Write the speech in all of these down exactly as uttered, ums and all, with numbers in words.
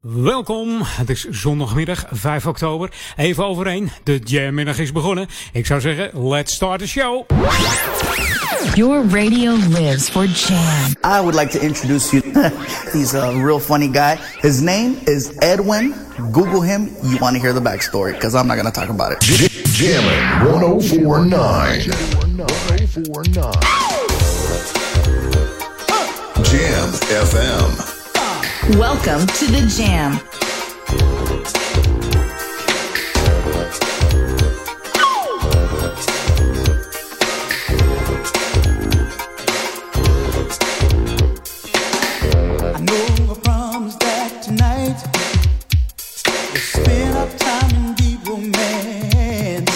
Welkom, het is zondagmiddag vijf oktober, even over één. De jammiddag is begonnen. Ik zou zeggen, let's start the show. Your radio lives for jam. I would like to introduce you. He's a real funny guy. His name is Edwin. Google him. You want to hear the backstory, because I'm not going to talk about it. Jammin' one oh four point nine. one oh four point nine. Jam F M. Welcome to the Jam. I know I promised that tonight we'll spend our time in deep romance.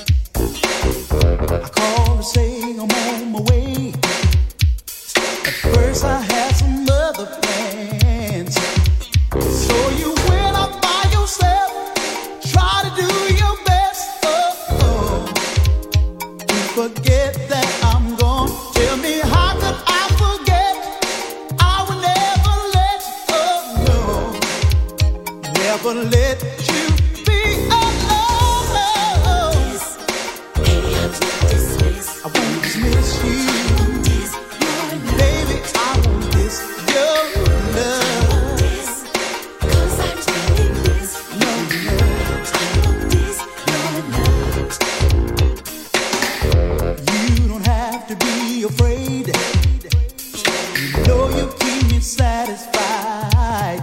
I called to say I'm on my way. At first I had some other plans. So you went out by yourself, try to do your best. Oh, oh. You forget that I'm gone. Tell me how could I forget? I will never let you go. No, never let you be alone. I won't dismiss you. Baby, I won't miss your love. Cause I'm telling this, no, no, I won't miss your love. You don't have to be afraid. You know you keep me satisfied.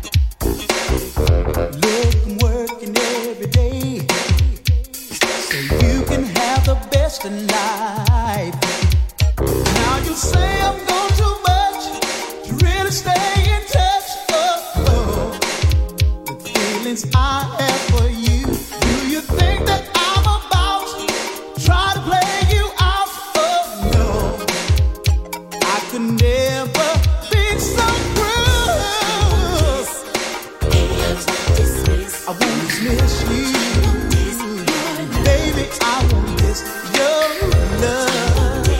Look, I'm working every day so you can have the best in life. Now you say I'm gone too much to really stay in touch. Oh, oh. The feelings I have for you. Do you think that I'm about to try to play you out? Oh no, I could never be so cruel. I won't dismiss you, baby. I won't miss your love.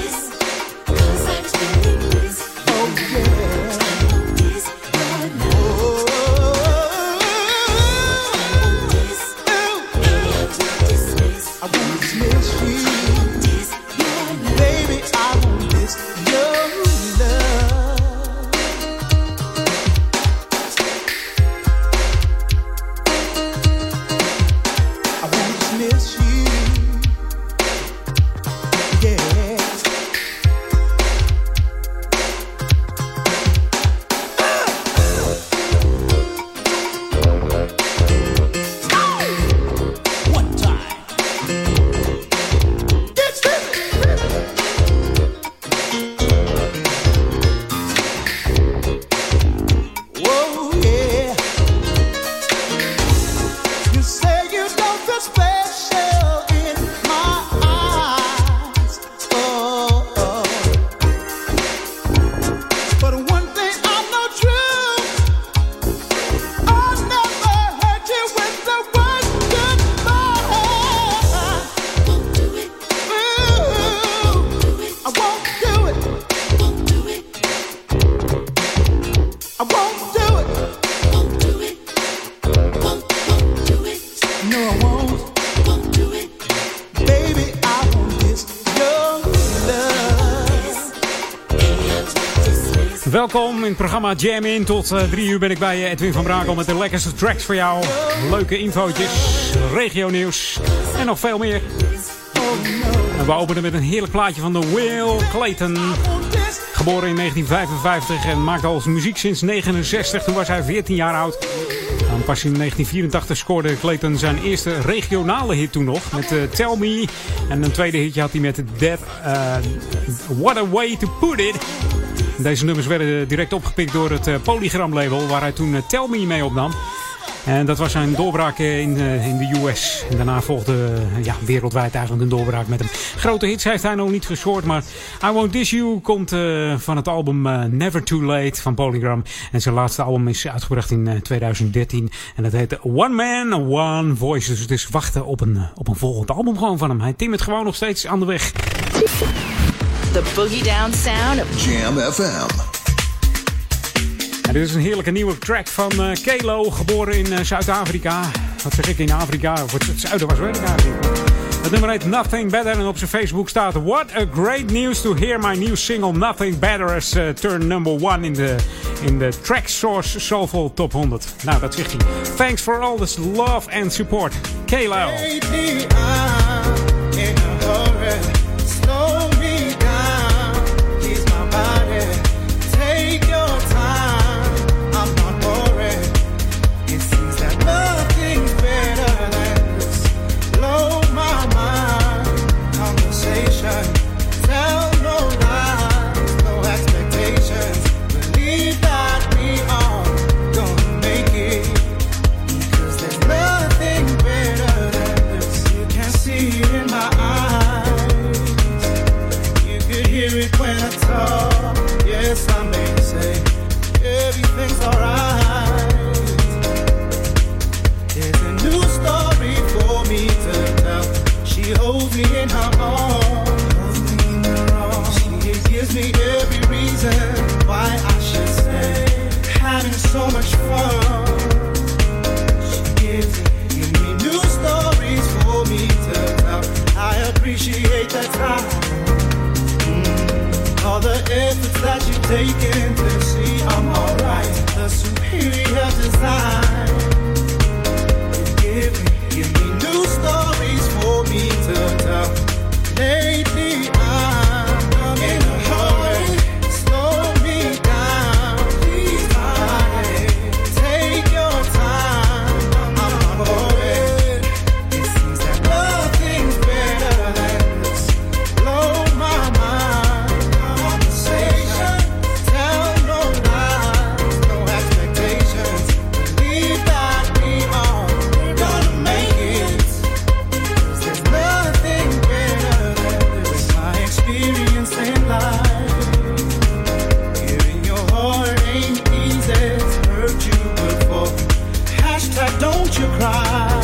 Welkom in het programma Jam In. Tot uh, drie uur ben ik bij je, Edwin van Brakel, met de lekkerste tracks voor jou. Leuke infootjes, regionieuws en nog veel meer. En we openen met een heerlijk plaatje van de Will Clayton. Geboren in negentien vijfenvijftig en maakte al muziek sinds negentien negenenzestig. Toen was hij veertien jaar oud. En pas in negentien vierentachtig scoorde Clayton zijn eerste regionale hit toen nog. Met uh, Tell Me. En een tweede hitje had hij met That, uh, What a Way to Put It. Deze nummers werden direct opgepikt door het uh, Polygram label, waar hij toen uh, Tell Me mee opnam. En dat was zijn doorbraak in, uh, in de U S. En daarna volgde uh, ja, wereldwijd eigenlijk een doorbraak met hem. Grote hits heeft hij nog niet gescoord, maar I Won't Diss You komt uh, van het album uh, Never Too Late van Polygram. En zijn laatste album is uitgebracht in uh, twintig dertien. En dat heet One Man, One Voice. Dus het is wachten op een, uh, op een volgend album gewoon van hem. Hij timmert gewoon nog steeds aan de weg. The Boogie Down sound of Jam F M. En dit is een heerlijke nieuwe track van uh, Kalo, geboren in uh, Zuid-Afrika. Wat zeg ik, in Afrika? Of het, het zuiden was, weet ik eigenlijk niet. Het nummer heet Nothing Better en op zijn Facebook staat: What a great news to hear my new single Nothing Better has uh, turned number one in the, in the Track Source Soulful Top honderd. Nou, dat zegt hij. Thanks for all this love and support. Kalo. Lately, I'm in a hurry. Slow me down, ease my body. Take your time, I'm not worried. It seems that nothing's better than this. Blow my mind, conversation. Tell no lies, no expectations. Believe that we are gonna make it. Cause there's nothing better than this. You can see it in my eyes. You could hear it when I talk. Yes, I may say everything's alright. There's a new story for me to tell. She holds me in her arms. She gives me every reason why I should stay. Having so much fun. She gives, gives me new stories for me to tell. I appreciate that time. Mm, all the efforts that you've taken to see I'm alright. The superior design. Give me, give me new stories for me to tell. Lately I'm in a hurry. Slow me down, please, my take your time. I'm not worried. It seems that nothing's better than this. Blow my mind, conversation. Tell no lies, no expectations. Believe that we are gonna make it. 'Cause there's nothing better than this. My experience in life. Hearing your heart ain't easy. It's hurt you before. Hashtag don't you cry.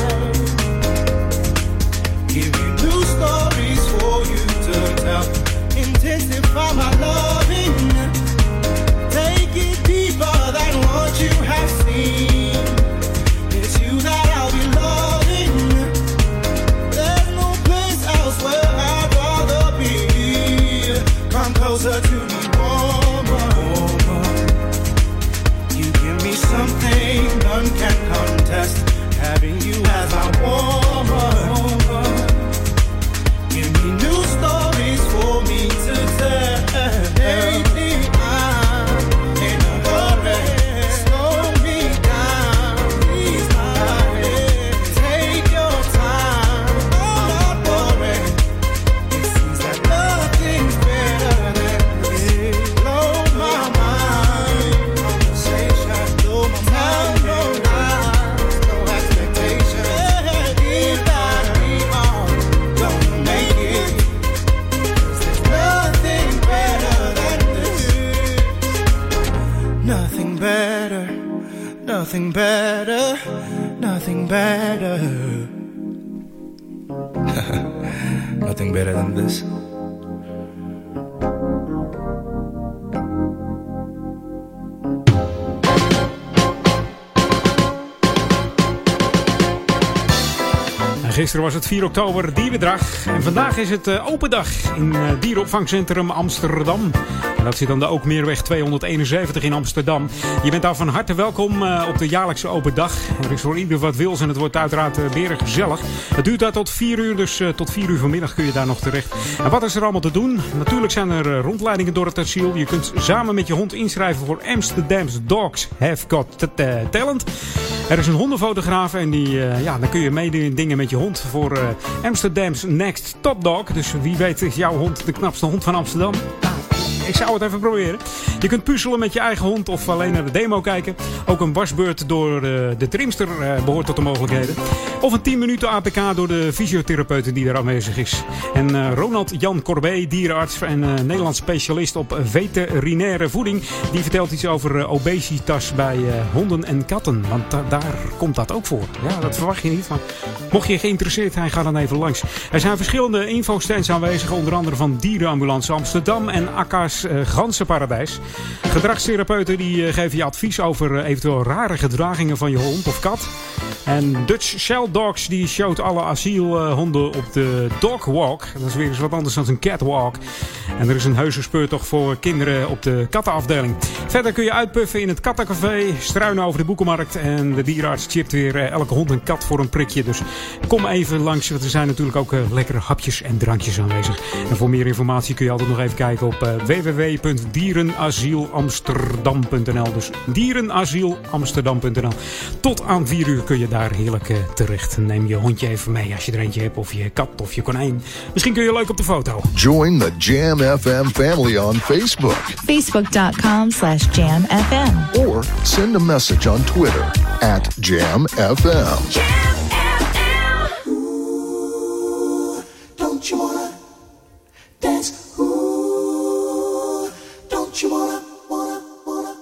Give you new stories for you to tell. Intensify my loving. Take it deeper than what you have seen. It's you that I'll be loving. There's no place else where I'd rather be. Come closer to me, woman. You give me something none can contest. Having you as my woman. Give me new stories for me to tell. Lately I'm in a hurry. Slow me down, please, my take your time. I'm not worried. It seems that nothing's better than this. Blow my mind, conversation. Blow my mind, no lies, no expectations. Believe that we are gonna make it. 'Cause there's nothing better than this. Nothing better, nothing better, nothing better. Nothing better than this. Gisteren was het vier oktober, Dierendag. En vandaag is het uh, open dag in uh, Dierenopvangcentrum Amsterdam. En dat zit aan de Ookmeerweg tweehonderdeenenzeventig in Amsterdam. Je bent daar van harte welkom uh, op de jaarlijkse open dag. Er is voor ieder wat wils en het wordt uiteraard uh, weer gezellig. Het duurt daar tot vier uur, dus uh, tot vier uur vanmiddag kun je daar nog terecht. En wat is er allemaal te doen? Natuurlijk zijn er uh, rondleidingen door het asiel. Je kunt samen met je hond inschrijven voor Amsterdam's Dogs Have Got t- t- Talent. Er is een hondenfotograaf en die, uh, ja, dan kun je meedingen met je hond voor uh, Amsterdam's Next Top Dog. Dus wie weet is jouw hond de knapste hond van Amsterdam. Ik zou het even proberen. Je kunt puzzelen met je eigen hond of alleen naar de demo kijken. Ook een wasbeurt door de, de trimster uh, behoort tot de mogelijkheden. Of een tien minuten A P K door de fysiotherapeut die er aanwezig is. En uh, Ronald Jan Corbet, dierenarts en uh, Nederlands specialist op veterinaire voeding. Die vertelt iets over uh, obesitas bij uh, honden en katten. Want uh, daar komt dat ook voor. Ja, dat verwacht je niet. Maar mocht je geïnteresseerd zijn, ga dan even langs. Er zijn verschillende infostands aanwezig. Onder andere van Dierenambulance Amsterdam en A K Anna's uh, ganzenparadijs. Gedragstherapeuten die uh, geven je advies over uh, eventueel rare gedragingen van je hond of kat. En Dutch Shell Dogs die showt alle asielhonden op de dog walk. Dat is weer eens wat anders dan een catwalk. En er is een heuse speurtocht voor kinderen op de kattenafdeling. Verder kun je uitpuffen in het kattencafé, struinen over de boekenmarkt. En de dierenarts chipt weer uh, elke hond en kat voor een prikje. Dus kom even langs, want er zijn natuurlijk ook uh, lekkere hapjes en drankjes aanwezig. En voor meer informatie kun je altijd nog even kijken op uh, w w w punt dierenasielamsterdam punt n l. Dus dierenasielamsterdam punt n l. Tot aan vier uur kun je daar heerlijk uh, terecht. Neem je hondje even mee als je er eentje hebt, of je kat of je konijn. Misschien kun je leuk op de foto. Join the Jam F M family on Facebook. Facebook.com slash Jam FM. Or send a message on Twitter at Jam F M. Jam F M. Ooh, don't you wanna dance? Ooh, don't you wanna, wanna, wanna?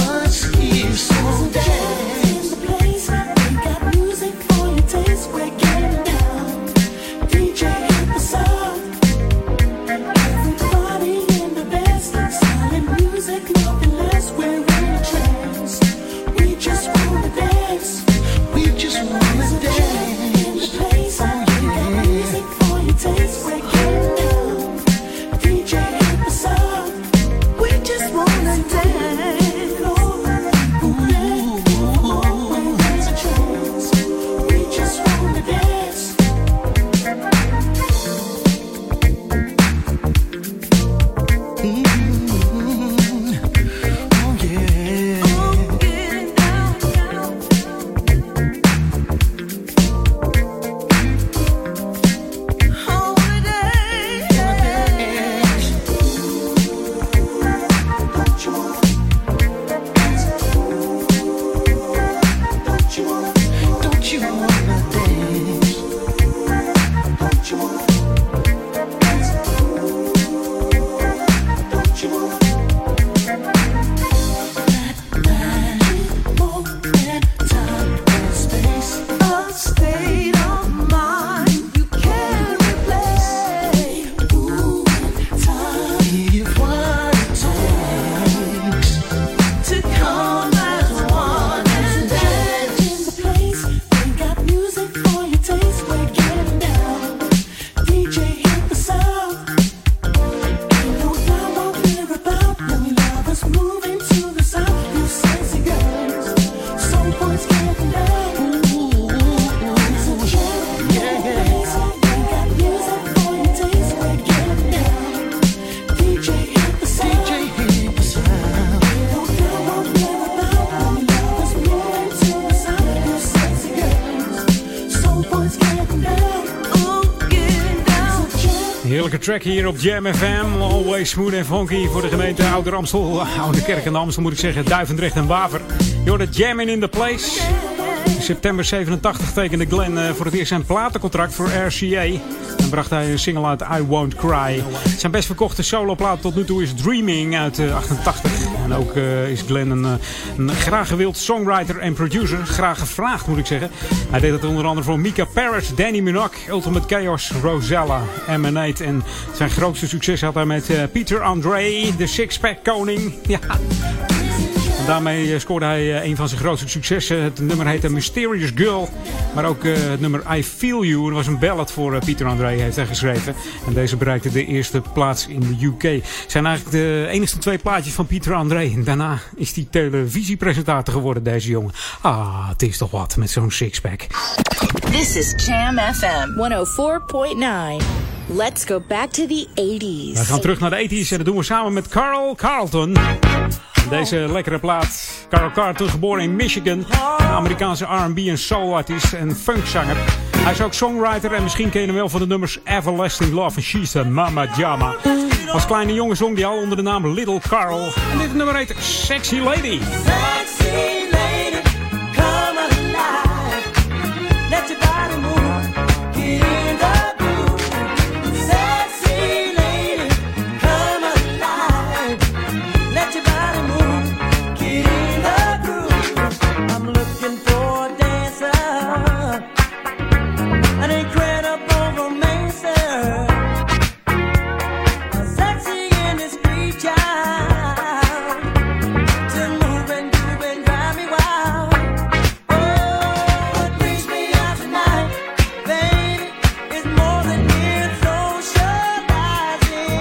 We're Heerlijke track hier op Jam F M. Always smooth en funky voor de gemeente Ouder Amstel. Oude Kerk en Amstel moet ik zeggen. Duivendrecht en Waver. Je hoort het Jammin' in the Place. In september zevenentachtig tekende Glenn uh, voor het eerst zijn platencontract voor R C A. En bracht hij een single uit I Won't Cry. Zijn best verkochte soloplaat tot nu toe is Dreaming uit uh, achtentachtig. En ook uh, is Glenn een, uh, een graag gewild songwriter en producer. Graag gevraagd moet ik zeggen. Hij deed het onder andere voor Mika Paris, Danny Minogue, Ultimate Chaos, Rosella, Emanate. En zijn grootste succes had hij met uh, Peter Andre, de Sixpack Koning. Ja. En daarmee scoorde hij een van zijn grootste successen. Het nummer heette Mysterious Girl. Maar ook uh, het nummer I Feel You. Dat was een ballad voor uh, Peter Andre, heeft hij geschreven. En deze bereikte de eerste plaats in de U K. Het zijn eigenlijk de enigste twee plaatjes van Peter Andre. En daarna is hij televisiepresentator geworden, deze jongen. Ah, het is toch wat met zo'n sixpack. This is Jam F M honderdvier komma negen. Let's go back to the eighties. We gaan terug naar de eighties en dat doen we samen met Carl Carlton. Deze lekkere plaat. Carl Carlton, geboren in Michigan. Een Amerikaanse R and B en soul artiest en funkzanger. Hij is ook songwriter en misschien ken je hem wel van de nummers Everlasting Love en She's a Mama Jama. Als kleine jongen zong hij al onder de naam Little Carl. En dit nummer heet Sexy Lady. Sexy lady, come alive. Let your body move, get in the groove. Sexy lady, come alive. Let your body move, get in the groove. I'm looking for a dancer, an incredible romancer, a sexy industry child, to move and groove and drive me wild. Oh, what brings me out tonight, baby, is more than mere socializing.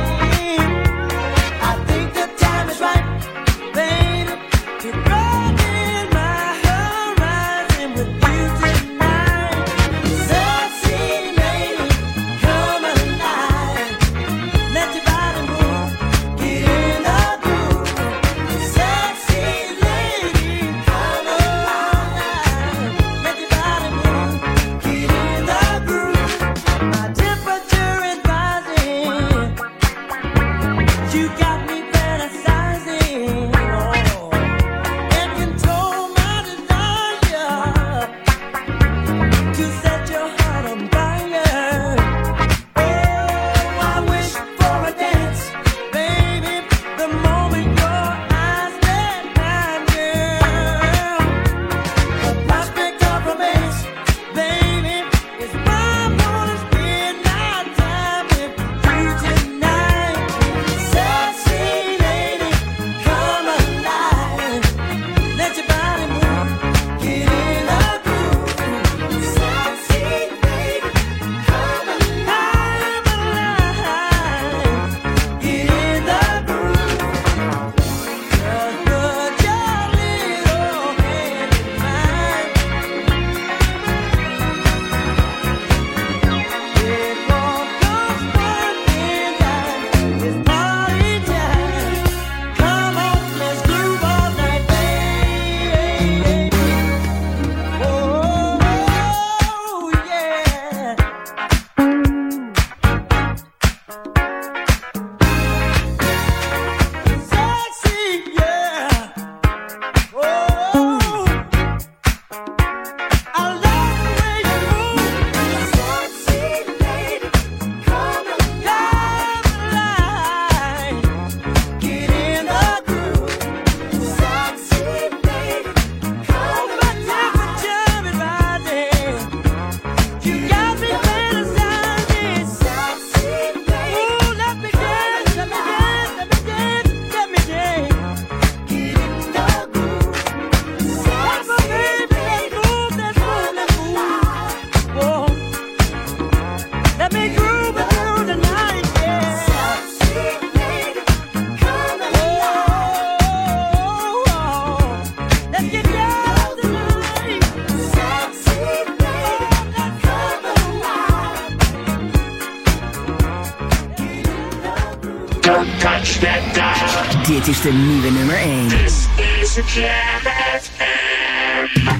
I think the time is right, baby, to broaden my horizon with you tonight. Sexy lady, come alive. Let your body move, get in the groove. Sexy lady, come alive. Let your body move, get in the groove. My temperature is rising. You got me fantasizing, oh, and control my desire to set your heart on fire. Oh, I wish for a dance, baby, the moment your eyes met mine, girl. The prospect of romance, baby, is why I wanna spend my time with you tonight. Sexy lady, come alive. Let your body move, get in the groove. Sexy lady, come alive, alive. Get in the groove. Just put your little hand in mine. It won't cost working time. It's party time. Come on, let's groove all night, baby. Oh, yeah. Sexy, yeah. Oh, I love the way you move. Sexy lady, come alive, alive. Get in the groove. Sexy lady, come alive. My temperature is rising. You got me fantasizing. Sexy lady, ooh, let me dance, let me dance, let me dance, let me dance. Get in the groove. Sexy baby, let's move, let's move, let's move. Whoa. Let me groove with you tonight, yeah. Sexy lady, come alive. Oh, let's get down tonight. Sexy lady, come alive. Don't touch that dial. Dit is de nieuwe nummer één. This is Jam F M.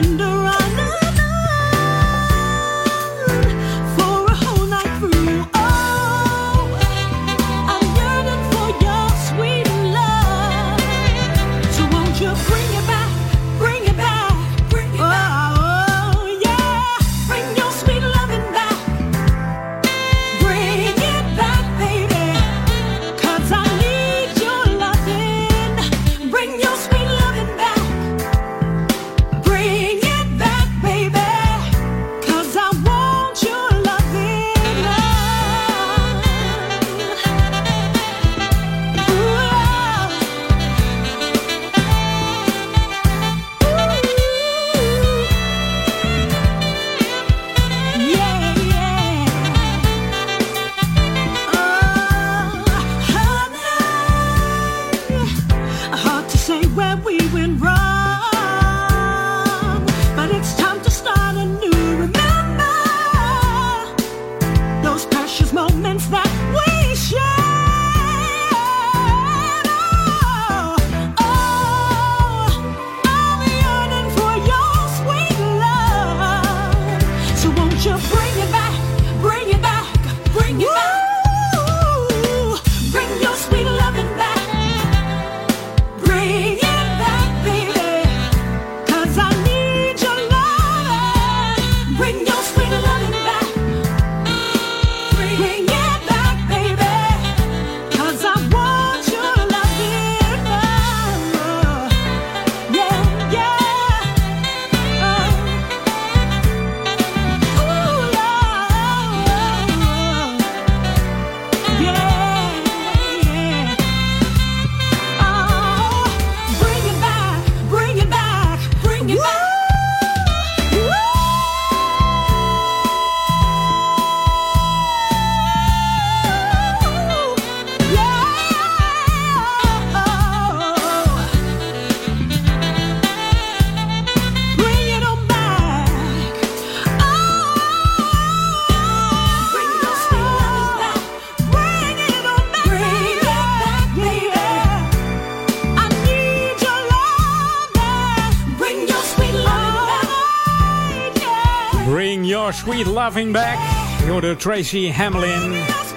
Sweet Loving Back. Je hoorde Tracy Hamlin.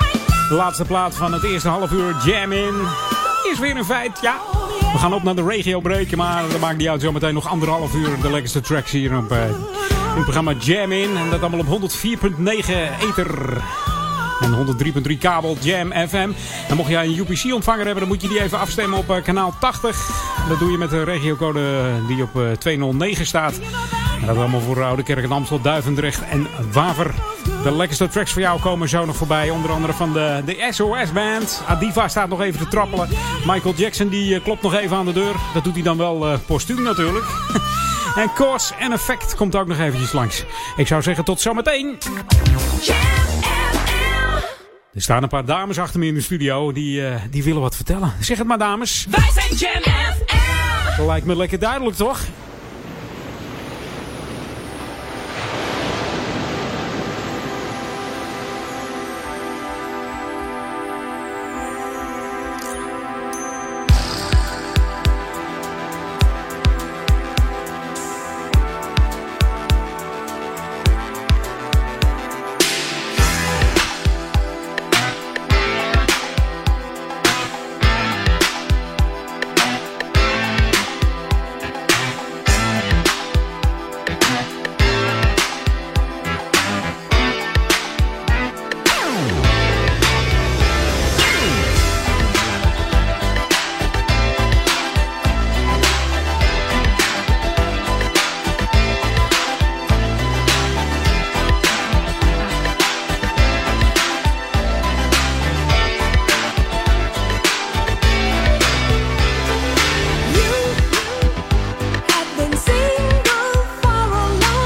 De laatste plaat van het eerste half uur Jam In. Is weer een feit, ja. We gaan op naar de regio break, maar dat maakt niet uit. Zometeen nog anderhalf uur de lekkerste tracks hier op, uh, in het programma Jam In. En dat allemaal op honderd vier komma negen ether. En honderd drie komma drie kabel Jam F M. En mocht jij een U P C-ontvanger hebben, dan moet je die even afstemmen op uh, kanaal tachtig. Dat doe je met de regiocode die op uh, tweehonderdnegen staat. En dat allemaal voor Oude Kerk en Amstel, Duivendrecht en Waver. De lekkerste tracks voor jou komen zo nog voorbij. Onder andere van de, de S O S-band. Adiva staat nog even te trappelen. Michael Jackson die uh, klopt nog even aan de deur. Dat doet hij dan wel uh, postuum natuurlijk. En Cause and Effect komt ook nog eventjes langs. Ik zou zeggen tot zometeen. Er staan een paar dames achter me in de studio. Die, uh, die willen wat vertellen. Zeg het maar, dames. Wij zijn Jam F M. Lijkt me lekker duidelijk, toch? Been single for a long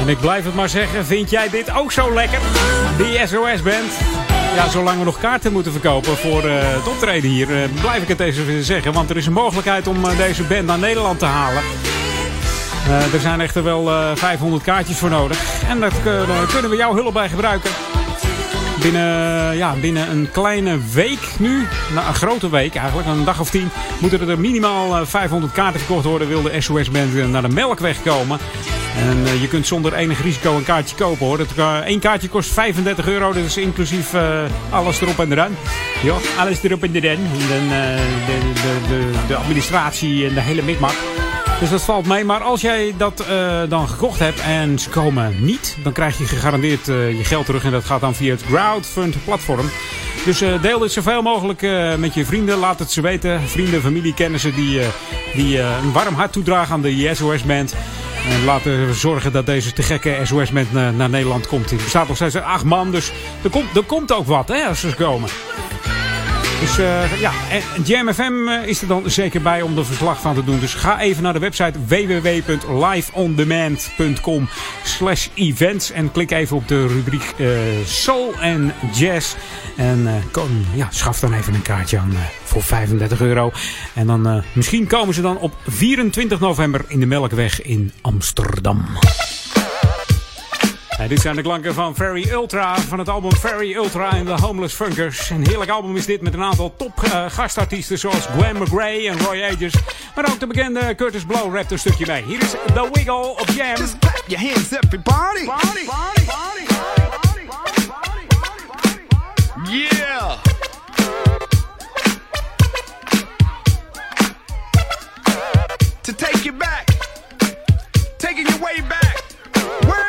En ik blijf het maar zeggen, vind jij dit ook zo lekker? Die S O S-band. Ja, zolang we nog kaarten moeten verkopen voor uh, het optreden hier, uh, blijf ik het even zeggen. Want er is een mogelijkheid om uh, deze band naar Nederland te halen. Uh, er zijn echter wel uh, vijfhonderd kaartjes voor nodig. En daar uh, kunnen we jouw hulp bij gebruiken. Binnen, ja, binnen een kleine week nu, nou, een grote week eigenlijk, een dag of tien, moeten er minimaal vijfhonderd kaarten verkocht worden. Wil de S O S-band naar de Melkweg komen. En uh, je kunt zonder enig risico een kaartje kopen hoor. Dat, uh, één kaartje kost vijfendertig euro, dat is inclusief uh, alles erop en eraan. Ja, alles erop en eraan. En dan uh, de, de, de, de administratie en de hele mikmak. Dus dat valt mee. Maar als jij dat uh, dan gekocht hebt en ze komen niet, dan krijg je gegarandeerd uh, je geld terug. En dat gaat dan via het crowdfund platform. Dus uh, deel dit zoveel mogelijk uh, met je vrienden. Laat het ze weten. Vrienden, familie, kennissen die, uh, die uh, een warm hart toedragen aan de S O S-band. En laten we zorgen dat deze te gekke S O S-band naar, naar Nederland komt. Er bestaat nog steeds acht man, dus er komt, er komt ook wat hè, als ze komen. Dus uh, ja, en Jam F M is er dan zeker bij om er verslag van te doen. Dus ga even naar de website w w w punt live on demand punt com slash events en klik even op de rubriek uh, Soul en Jazz. En uh, kom, ja, schaf dan even een kaartje aan uh, voor vijfendertig euro. En dan uh, misschien komen ze dan op vierentwintig november in de Melkweg in Amsterdam. Hey, dit zijn de klanken van Very Ultra, van het album Very Ultra en The Homeless Funkers. Een heerlijk album is dit met een aantal top uh, gastartiesten zoals Gwen McRae en Roy Ayers. Maar ook de bekende Curtis Blow rapt een stukje mee. Hier is The Wiggle op Jam. Just clap your hands everybody. Body, body, body, body, body, body, body. Yeah. To take you back. Taking you way back. Way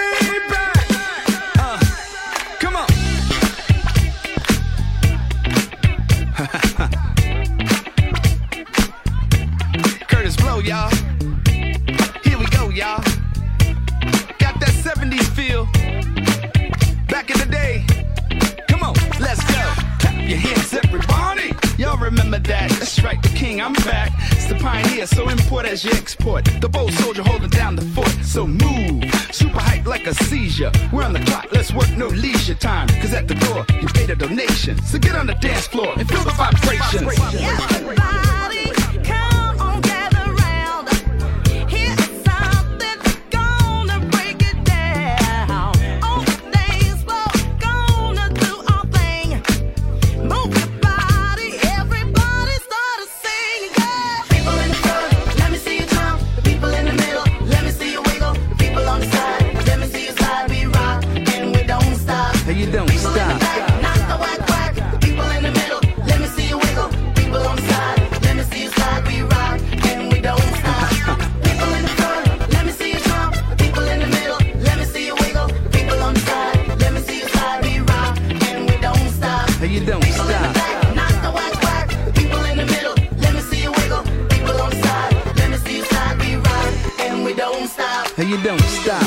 Curtis Blow, y'all. Here we go, y'all. Got that seventies feel. Back in the day. Come on, let's go. Clap your hands, everybody. Y'all remember that? That's right, the king, I'm back. It's the pioneer, so import as you export. The bold soldier holding down the fort. So move, super hype like a seizure. We're on the clock, let's work, no leisure time. Cause at the door, you paid a donation. So get on the dance floor and feel the vibrations. Everybody, come on, gather round. Here's something gonna break it down. On the dance floor, gonna do our thing. Move your body, everybody start to sing. Yeah. People in the front, let me see you jump. The people in the middle, let me see you wiggle. The people on the side, let me see you slide. We rock and we don't stop. Hey, you don't people stop. In the back, knock the whack whack. The people in the middle, let me see you wiggle. People on the side, let me see you slide. We rock and we don't stop. People in the front, let me see you jump. The people in the middle, let me see you wiggle. The people on the side, let me see you slide. We rock and we don't stop. Hey, you don't People in the stop. back, knock the whack whack. The people in the middle, let me see you wiggle. People on the side, let me see you slide. We rock and we don't stop. Hey, you don't stop.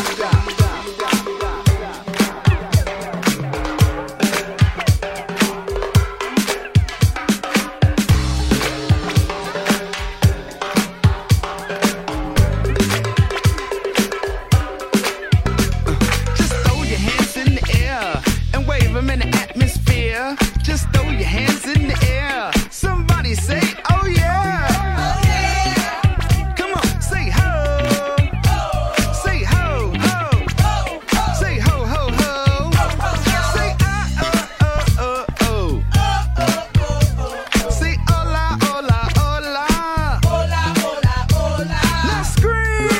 Just throw your hands in the air and wave them in the atmosphere. Just throw your hands in the air. Somebody say, oh yeah. Oh yeah. Come on, say ho. Say ho, ho. Say ho, ho, ho. Say ah, oh, oh, oh, oh. Say hola, hola, hola. Hola, hola, hola. Let's scream.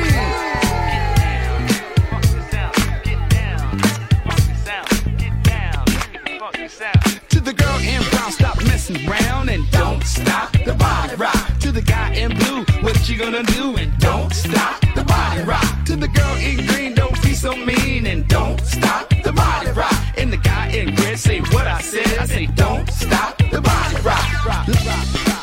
To the girl in brown, stop messing around and don't stop the body rock. To the guy in blue, what you gonna do? And don't stop the body rock. To the girl in green, don't be so mean and don't stop the body rock. And the guy in red, say what I said. I say don't stop the body rock. rock, rock, rock.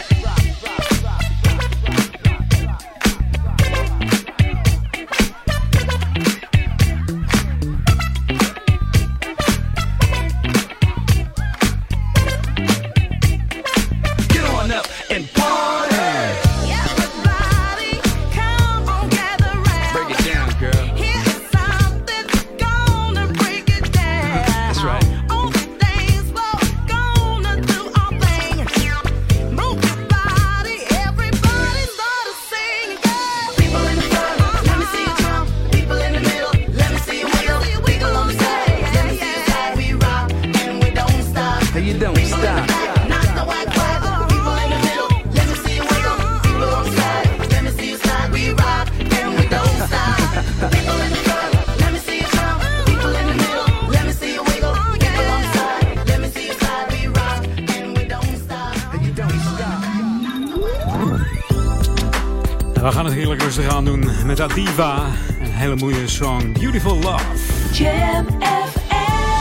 Get on up and party. Everybody, come on, gather round. Break it down, girl. Here's something gaan het heerlijk rustig aan doen met Adiva. Een hele mooie song, Beautiful Love. Jam F M.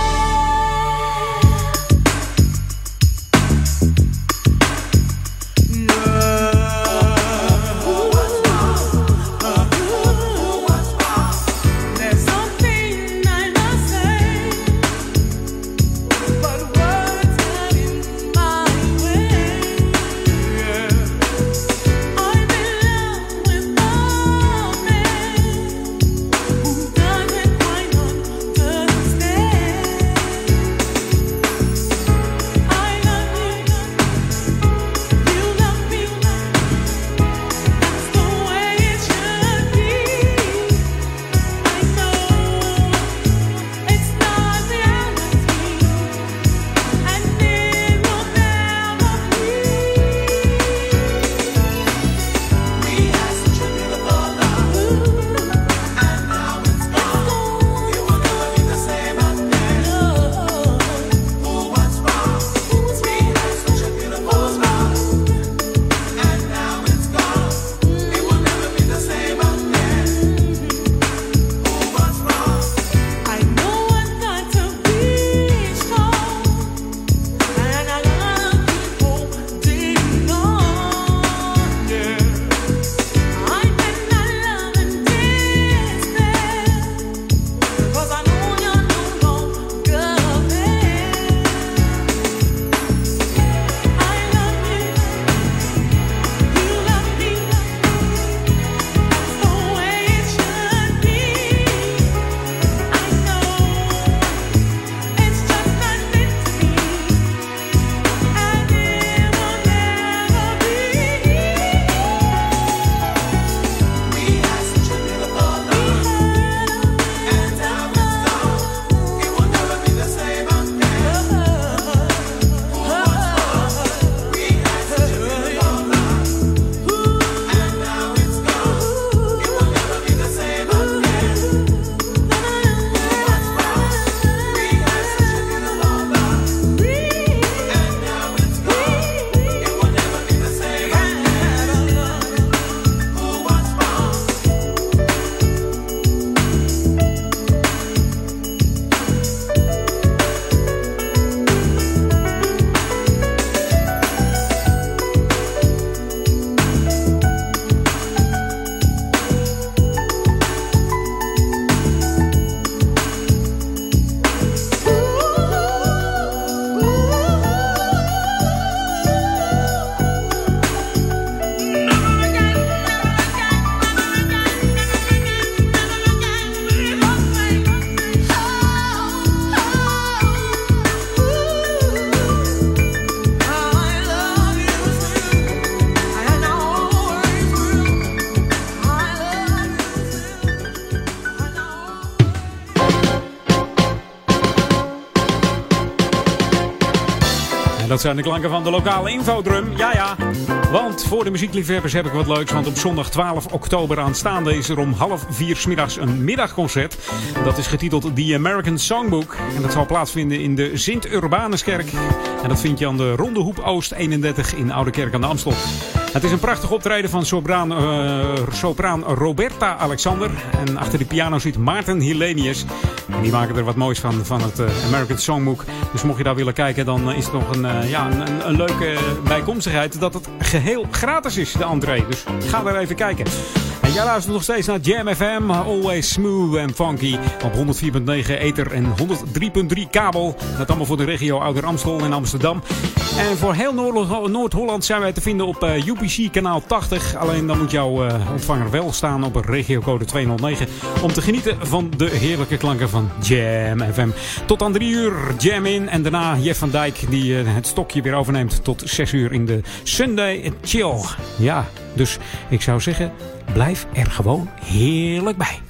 Dat zijn de klanken van de lokale infodrum. Ja, ja. Want voor de muziekliefhebbers heb ik wat leuks. Want op zondag twaalf oktober aanstaande is er om half vier 's middags een middagconcert. Dat is getiteld The American Songbook. En dat zal plaatsvinden in de Sint-Urbanuskerk. En dat vind je aan de Ronde Hoep Oost eenendertig in Oude Kerk aan de Amstel. Het is een prachtig optreden van sopraan, uh, sopraan Roberta Alexander. En achter de piano zit Maarten Hillenius. En die maken er wat moois van, van het uh, American Songbook. Dus mocht je daar willen kijken, dan is het nog een, uh, ja, een, een, een leuke bijkomstigheid dat het geheel gratis is, de entree. Dus ga daar even kijken. En jij luistert nog steeds naar Jam F M. Always smooth and funky. Op honderd vier komma negen ether en honderd drie komma drie kabel. Dat allemaal voor de regio Ouder Amstel en Amsterdam. En voor heel Noord-Holland zijn wij te vinden op uh, U P C kanaal tachtig. Alleen dan moet jouw uh, ontvanger wel staan op regiocode tweehonderdnegen. Om te genieten van de heerlijke klanken van Jam F M. Tot aan drie uur Jam in. En daarna Jeff van Dijk die uh, het stokje weer overneemt tot zes uur in de Sunday Chill. Ja, dus ik zou zeggen, blijf er gewoon heerlijk bij.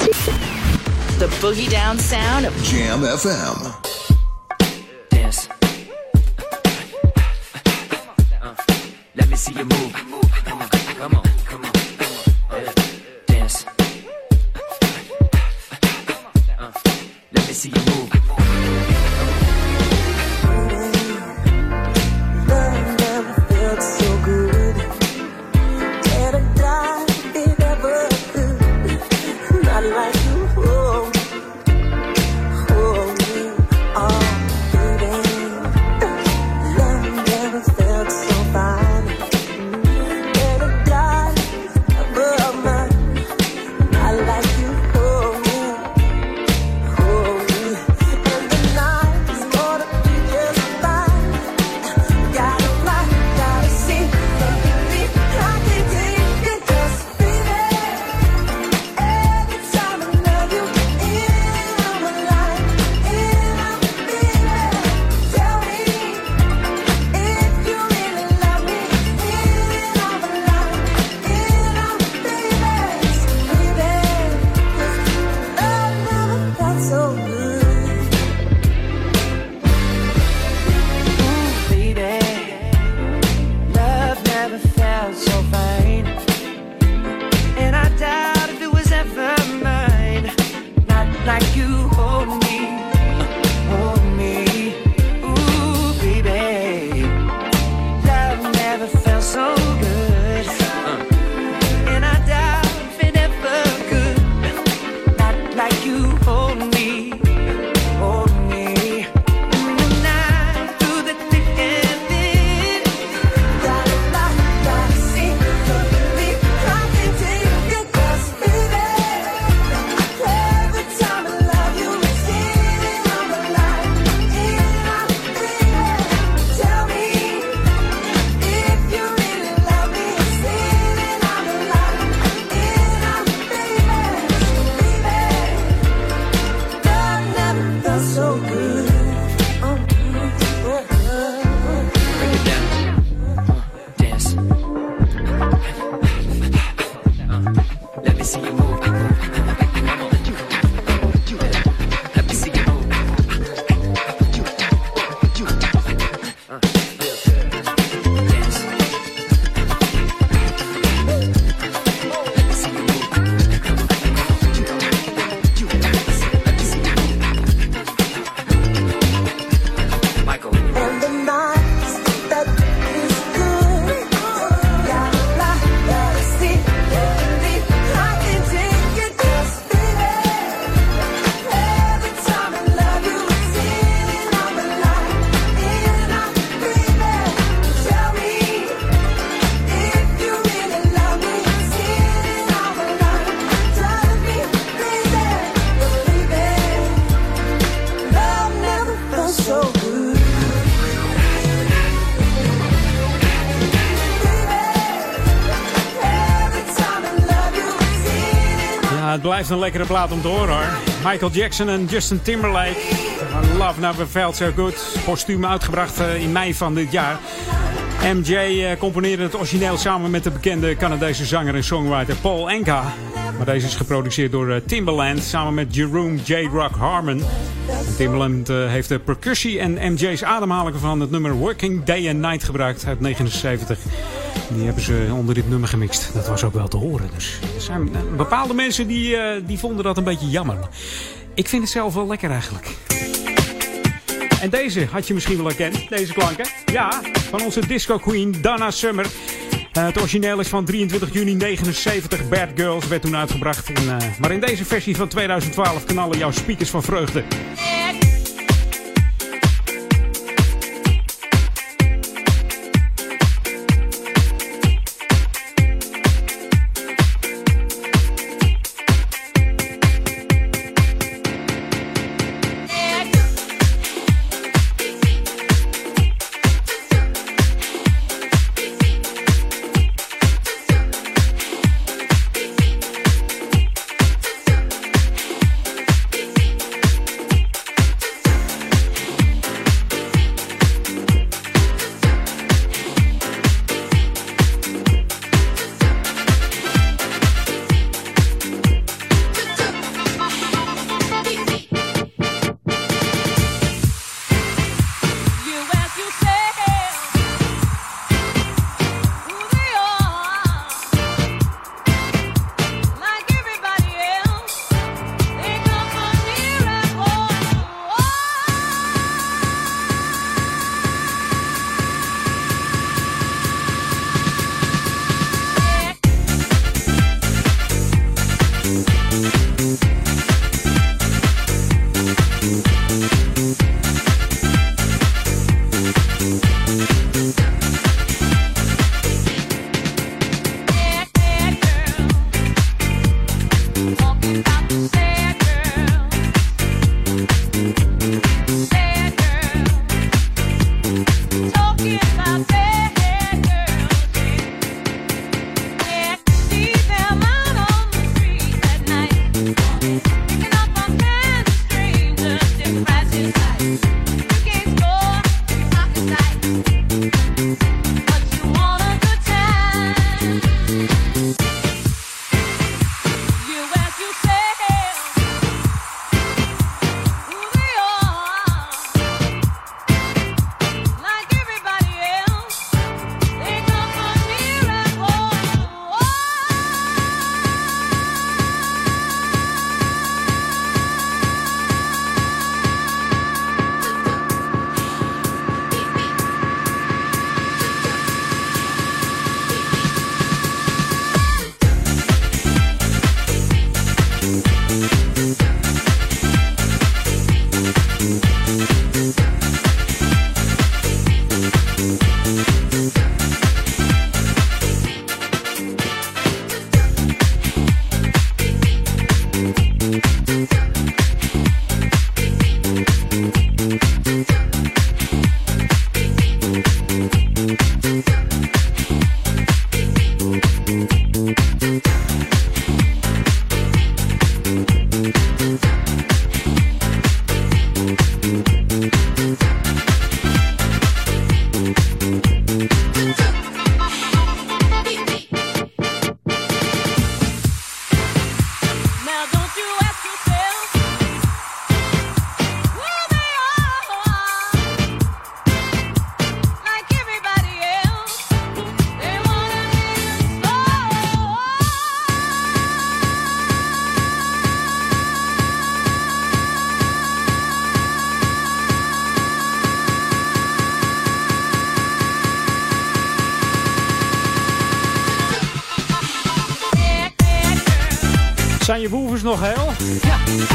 The boogie down sound of Jam F M. Dance. Uh, let me see you move. Come on, come on, come on. Yeah. Dance. Uh, let me see you move. Love never felt so good. Get a drive, like you hold me, hold me. Ooh, baby, love never felt so good, uh. and I doubt if it ever could. Not like you hold me, hold me. In the night, through the thick and thin. La la la, see, believe I can take it, 'cause baby, every time I love you, it's hidden on the line. In our baby, tell me if you really love me. It's hidden on the line. In our baby, baby, love never felt so good. Oh, oh, oh. Break it down, uh, dance. Uh, let me see you move. Come on, you, you, let me see you move. You, you, uh, dance. Let me see you move. You, you, let me see you move. Michael. And the nights that is good. La la la, see, believe I can take it, 'cause baby, every time I love you, it's hidden on the line. In our baby, tell me if you really love me. It's hidden on the line. Drive me crazy, baby, love never felt so good. Ja, het blijft een lekkere plaat om te horen hoor. Michael Jackson en Justin Timberlake. Love Never Felt So Good. Postuum uitgebracht uh, in mei van dit jaar. M J uh, componeerde het origineel samen met de bekende Canadese zanger en songwriter Paul Anka. Maar deze is geproduceerd door uh, Timbaland samen met Jerome J. Rock Harmon. En Timbaland uh, heeft de percussie en M J's ademhaling van het nummer Working Day and Night gebruikt uit negenenzeventig. Die hebben ze onder dit nummer gemixt. Dat was ook wel te horen. Dus er zijn uh, bepaalde mensen die, uh, die vonden dat een beetje jammer. Ik vind het zelf wel lekker eigenlijk. En deze had je misschien wel herkend. Deze klanken. Ja, van onze disco queen Donna Summer. Uh, het origineel is van drieëntwintig juni negenenzeventig. Bad Girls werd toen uitgebracht. En, uh, maar in deze versie van tweeduizend twaalf knallen jouw speakers van vreugde. Zijn je woevers nog heel? Ja.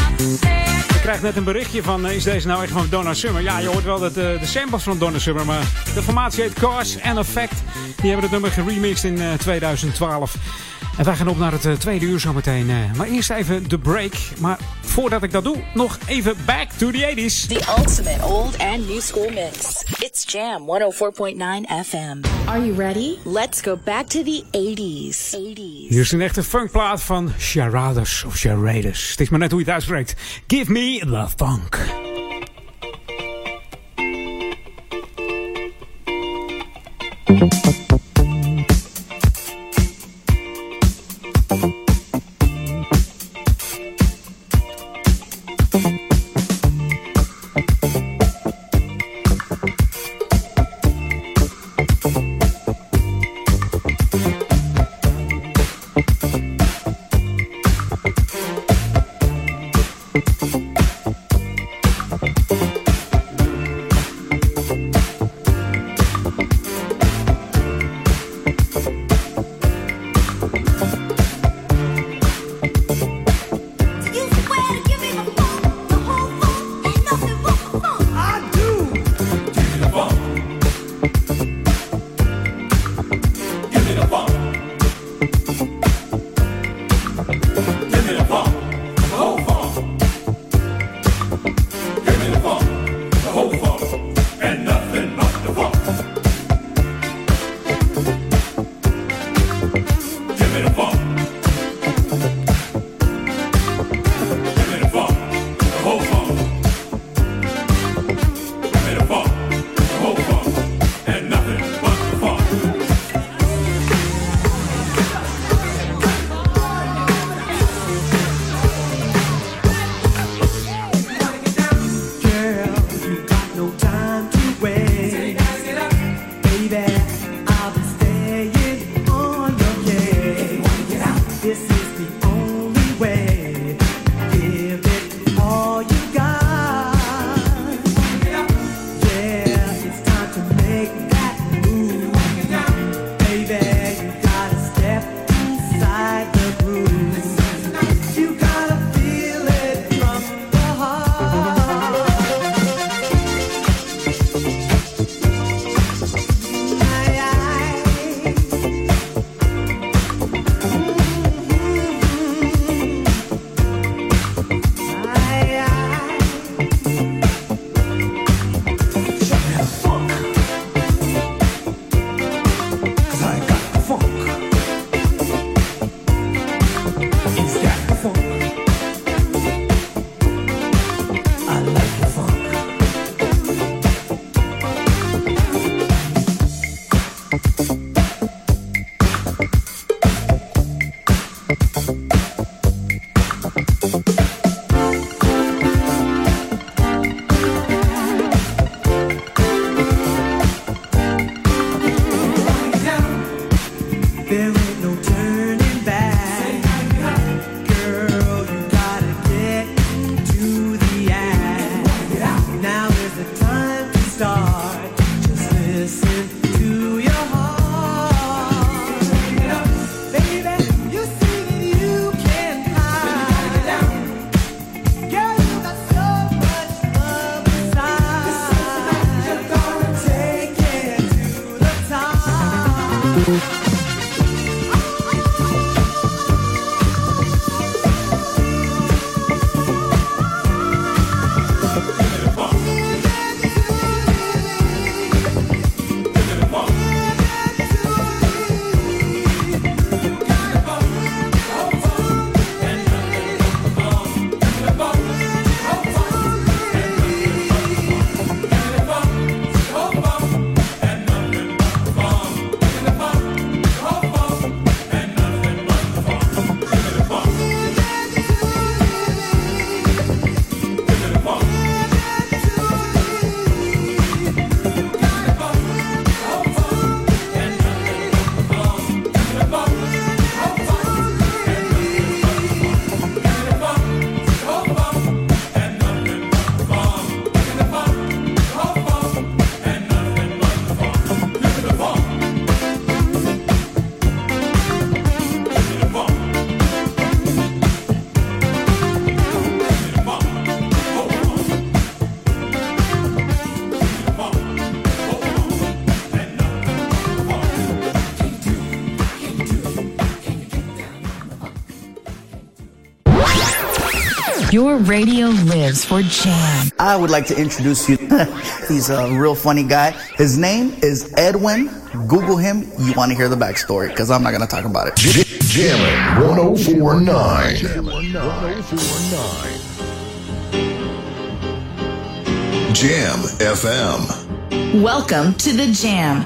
Ik krijg net een berichtje van, is deze nou echt van Donna Summer? Ja, je hoort wel dat, uh, de samples van Donna Summer, maar de formatie heet Cause and Effect. Die hebben het nummer geremixed in uh, twintig twaalf. En wij gaan op naar het uh, tweede uur zometeen. Uh, maar eerst even de break. Maar voordat ik dat doe, nog even back to the eighties. The ultimate old and new school mix. It's Jam honderdvier komma negen F M. Are you ready? Let's go back to the eighties. eighties. Hier is een echte funkplaat van Charades of Charades. Het is maar net hoe je het uitspreekt. Give me the funk. You Your radio lives for Jam. I would like to introduce you. He's a real funny guy. His name is Edwin. Google him. You want to hear the backstory because I'm not going to talk about it. Jammin' one oh four point nine. one oh four point nine. Jam F M. Welcome to the Jam.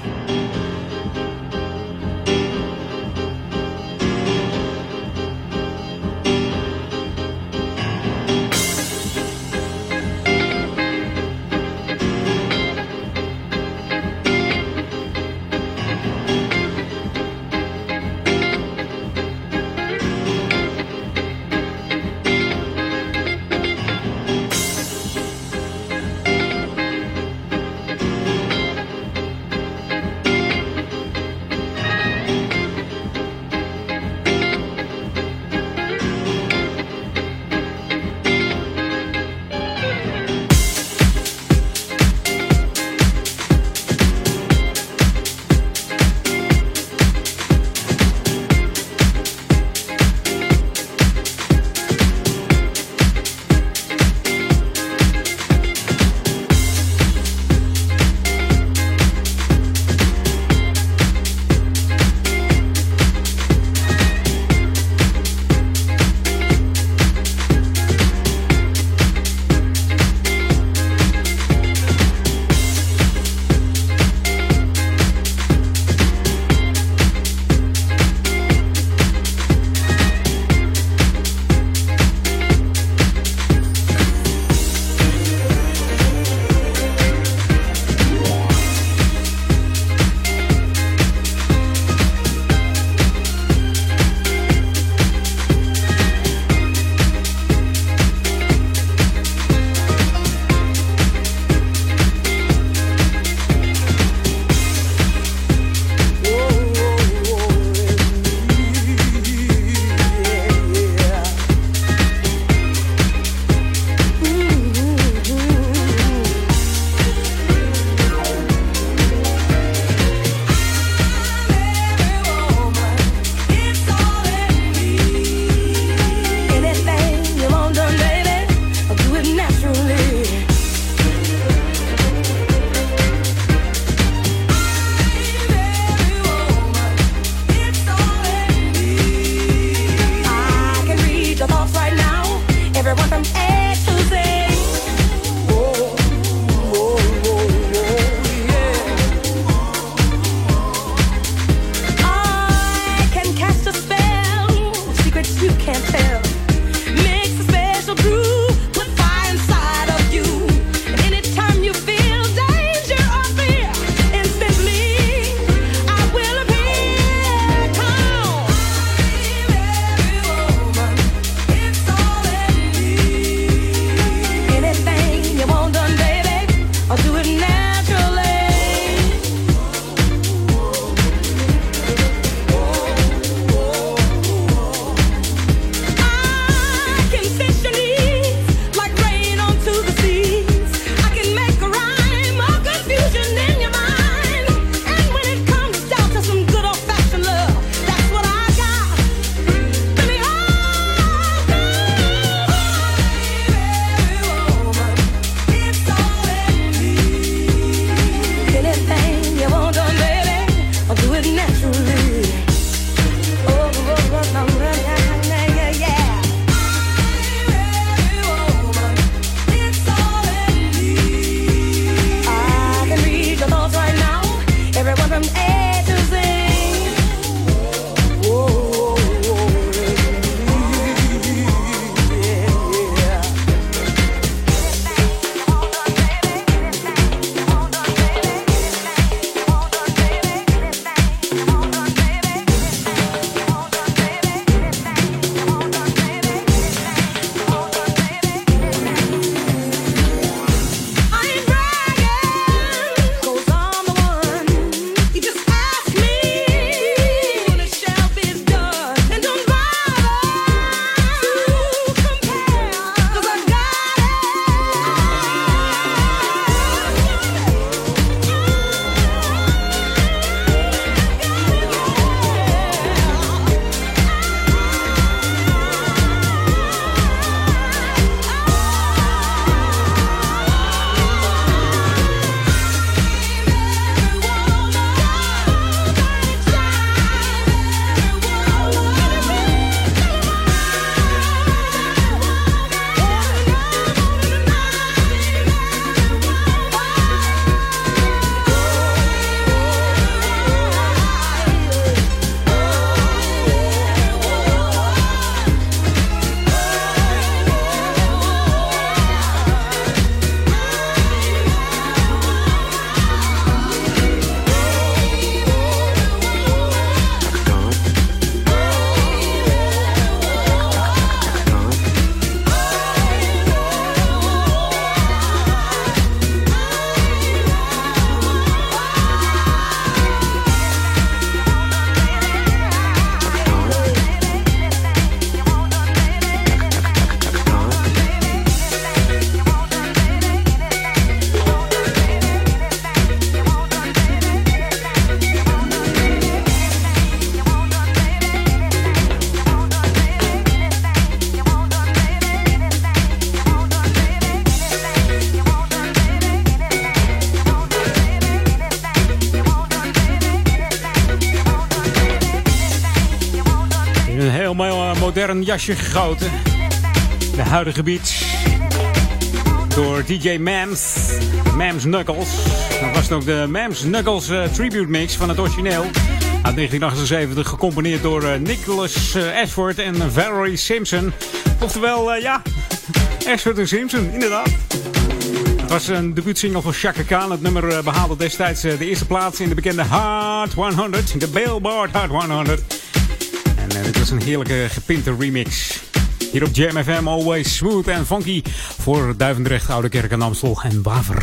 modern jasje gegoten. De huidige beats. Door D J Mams. Mams Knuckles. Dat was ook de Mams Knuckles uh, tribute mix van het origineel. Uit negentien achtenzeventig, gecomponeerd door uh, Nicholas uh, Ashford en Valerie Simpson. Oftewel, uh, ja, Ashford en Simpson, inderdaad. Het was een debuutsingle van Chaka Khan. Het nummer uh, behaalde destijds uh, de eerste plaats in de bekende Hot honderd. De Billboard Hot honderd. En uh, dit was een heerlijke gepinte remix. Hier op Jam F M, always smooth en funky. Voor Duivendrecht, Oudekerk en Amstel en Waver.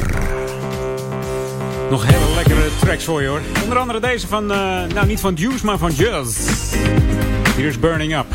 Nog hele lekkere tracks voor je hoor. Onder andere deze van, uh, nou niet van Juice, maar van Jazz. Hier is Burning Up.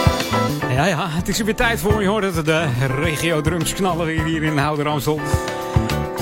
Het is er weer tijd voor, je hoort het, de regio drums knallen weer hier in Ouder Amstel.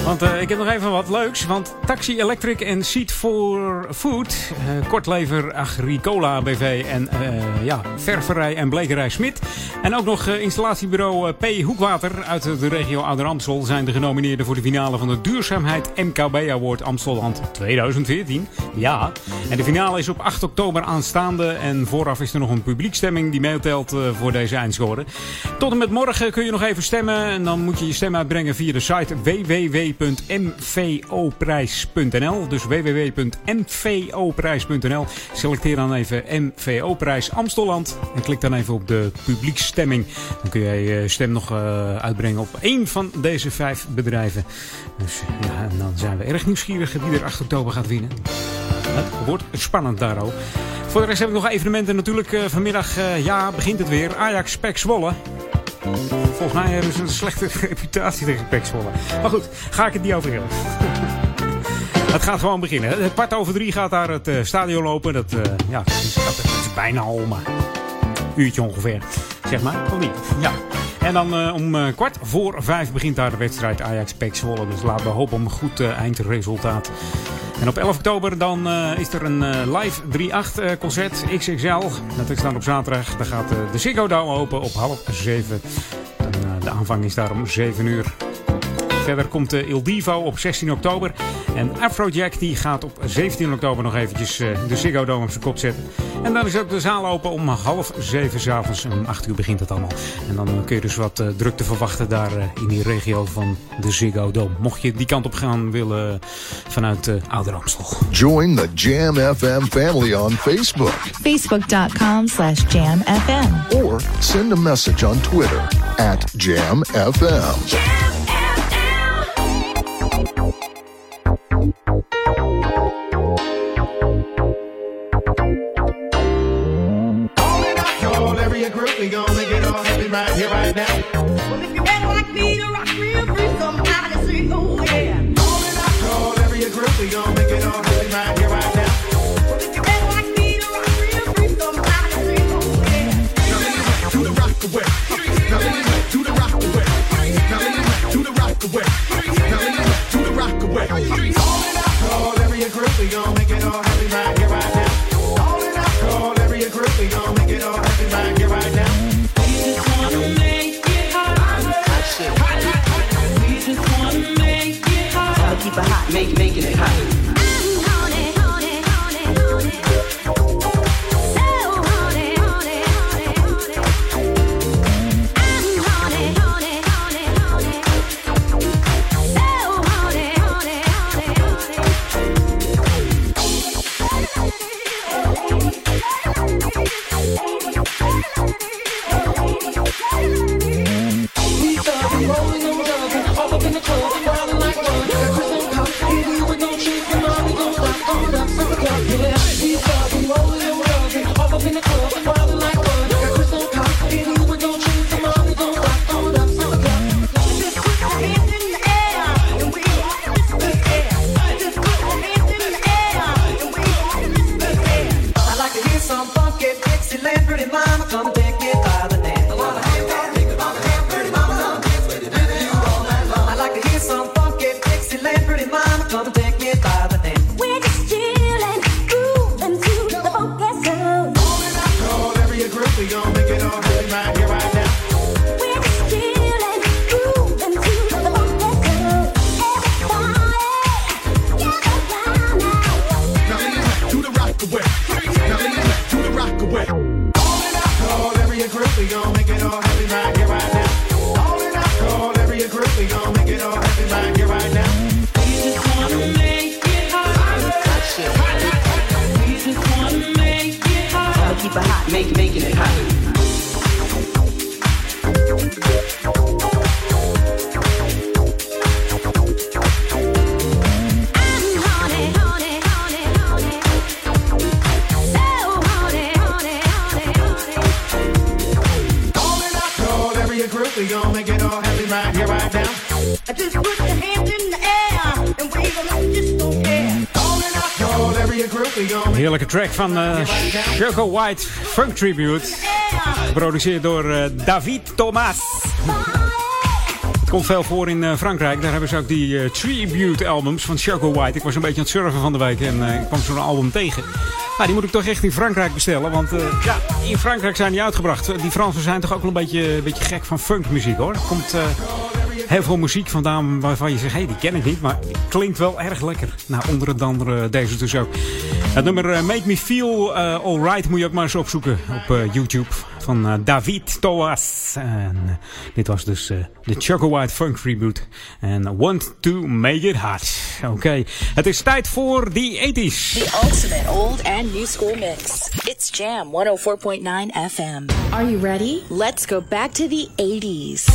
Want uh, ik heb nog even wat leuks. Want Taxi Electric en Seed for Food, uh, Kortlever Agricola B V en uh, ja, Ververij en Blekerij Smit. En ook nog uh, installatiebureau uh, P. Hoekwater uit de regio Ouder Amstel zijn de genomineerden voor de finale van de Duurzaamheid M K B Award Amstelland tweeduizend veertien. Ja, en de finale is op acht oktober aanstaande. En vooraf is er nog een publiekstemming die meetelt uh, voor deze eindscore. Tot en met morgen kun je nog even stemmen. En dan moet je je stem uitbrengen via de site w w w punt m v o prijs punt n l. Dus w w w punt m v o prijs punt n l. Selecteer dan even M V O-prijs Amstelland. En klik dan even op de publiekstemming. Dan kun jij je stem nog uh, uitbrengen op één van deze vijf bedrijven. Dus ja, en dan zijn we erg nieuwsgierig wie er acht oktober gaat winnen. Het wordt spannend daar ook. Voor de rest heb ik nog evenementen natuurlijk. Uh, vanmiddag uh, ja, begint het weer. Ajax P E C Zwolle. Volgens mij hebben ze een slechte reputatie tegen P E C Zwolle. Maar goed, ga ik het niet over hebben. Het gaat gewoon beginnen. Het kwart over drie gaat daar het uh, stadion lopen. Dat, uh, ja, dat is, dat is bijna al maar een uurtje ongeveer. Zeg maar, of niet? Ja. En dan uh, om uh, kwart voor vijf begint daar de wedstrijd Ajax P E C Zwolle. Dus laten we hopen op een goed uh, eindresultaat. En op elf oktober dan uh, is er een uh, live drie acht uh, concert X X L. Dat is dan op zaterdag. Dan gaat uh, de Ziggo Dome open op half zeven. En, uh, de aanvang is daar om zeven uur. Verder komt uh, Il Divo op zestien oktober. En Afrojack die gaat op zeventien oktober nog eventjes uh, de Ziggo Dome op zijn kop zetten. En dan is ook de zaal open om half zeven 's avonds. En om acht uur begint het allemaal. En dan uh, kun je dus wat uh, drukte verwachten daar uh, in die regio van de Ziggo Dome. Mocht je die kant op gaan willen uh, vanuit uh, Ouder Amstel. Join the Jam F M family on Facebook. Facebook.com slash Jam FM. Or send a message on Twitter at Jam F M. We gonna make it all happen right here, right now. Well, if you ever like me to rock real free, somebody sing, oh yeah. Calling out, call every group. We gonna make it all happen right here, right now. Well, if you ever like me to rock real free, somebody sing, oh yeah. Now lean back to the rock away. Now lean back to the rock away. Now lean back to the rock away. Now lean back to the rock away. Calling out, call every group. We gonna make it all happen right here, right now. Calling out, call every group. We gonna make it all happen right here, right now. Keep it hot, make, making it hot. Heerlijke track van uh, Sugar White Funk Tribute. Geproduceerd door uh, David Thomas. Het Komt veel voor in uh, Frankrijk. Daar hebben ze ook die uh, tribute albums van Choco White. Ik was een beetje aan het surfen van de week en uh, ik kwam zo'n album tegen. Nou, die moet ik toch echt in Frankrijk bestellen. Want uh, ja, in Frankrijk zijn die uitgebracht. Die Fransen zijn toch ook wel een beetje, een beetje gek van funkmuziek, hoor. Er komt uh, heel veel muziek vandaan waarvan je zegt, hé, hey, die ken ik niet. Maar die klinkt wel erg lekker. Nou, onder andere deze dus ook. Het nummer uh, Make Me Feel uh, Alright moet je ook maar eens opzoeken op uh, YouTube. Van uh, David Toas. En uh, dit was dus uh, de Choco White Funk Tribute. En Want to Make It Hot. Oké, okay. Het is tijd voor die eighties. The ultimate old and new school mix. It's Jam one oh four point nine F M. Are you ready? Let's go back to the eighties.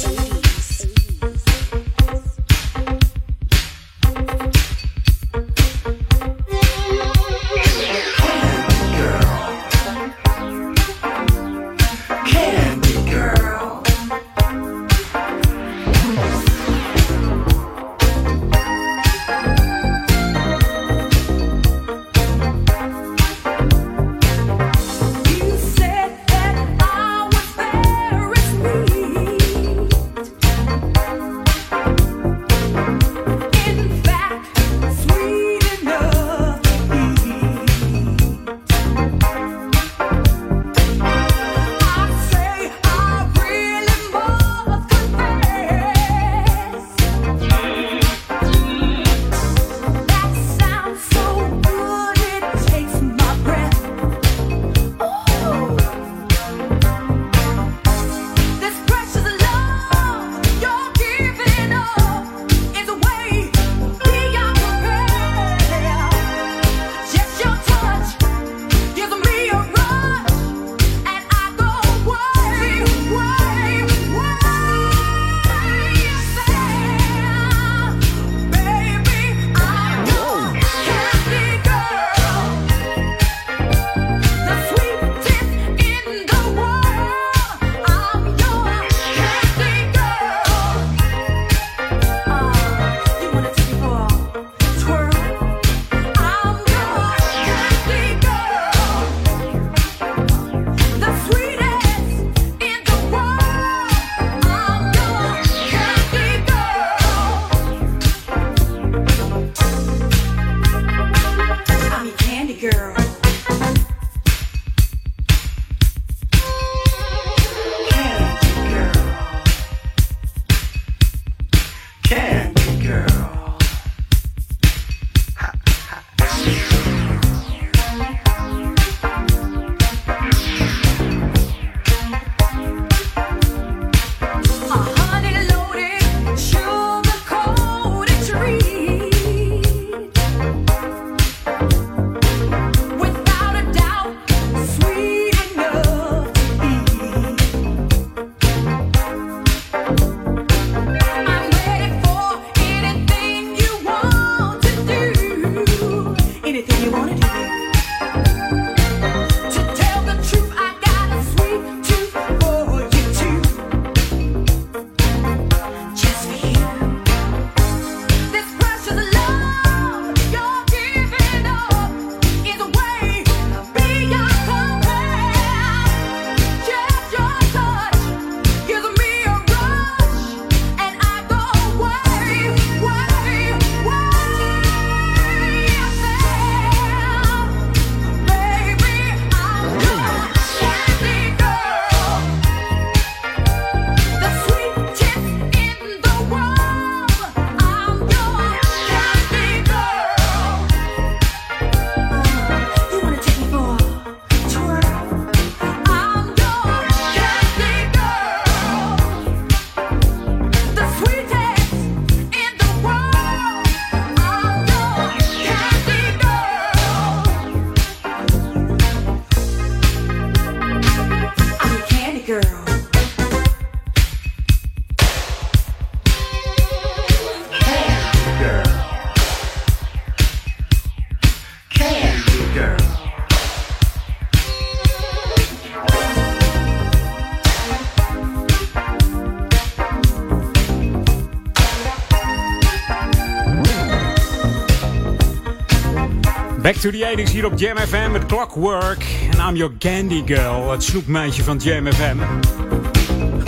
Back to the eighties hier op Jam F M met Clockwork. En I'm your Candy Girl, het snoepmeisje van Jam F M.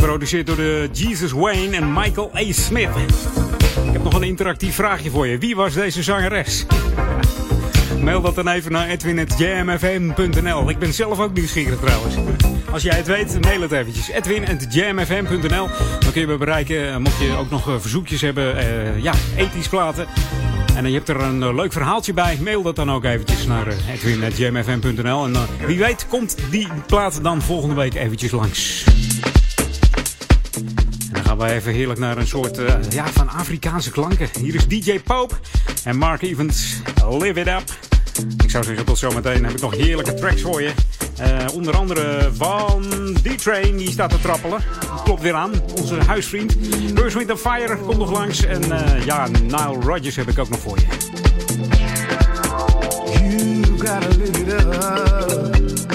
Geproduceerd door de Jesus Wayne en Michael A. Smith. Ik heb nog een interactief vraagje voor je. Wie was deze zangeres? Mail dat dan even naar edwin at jam f m punt n l. Ik ben zelf ook nieuwsgierig trouwens. Als jij het weet, mail het eventjes. edwin at jam f m punt n l. Dan kun je me bereiken. Mocht je ook nog verzoekjes hebben. Uh, ja, ethisch platen. En je hebt er een uh, leuk verhaaltje bij. Mail dat dan ook eventjes naar uh, edwin at jam f m punt n l. En uh, wie weet komt die plaat dan volgende week eventjes langs. En dan gaan we even heerlijk naar een soort uh, ja, van Afrikaanse klanken. Hier is D J Pope en Mark Evans. Live It Up. Ik zou zeggen tot zometeen. Heb ik nog heerlijke tracks voor je. Uh, onder andere van D-Train. Die staat te trappelen. Die klopt weer aan. Onze huisvriend. Earth, Wind and Fire komt nog langs. En uh, ja, Nile Rodgers heb ik ook nog voor je. You gotta live it up.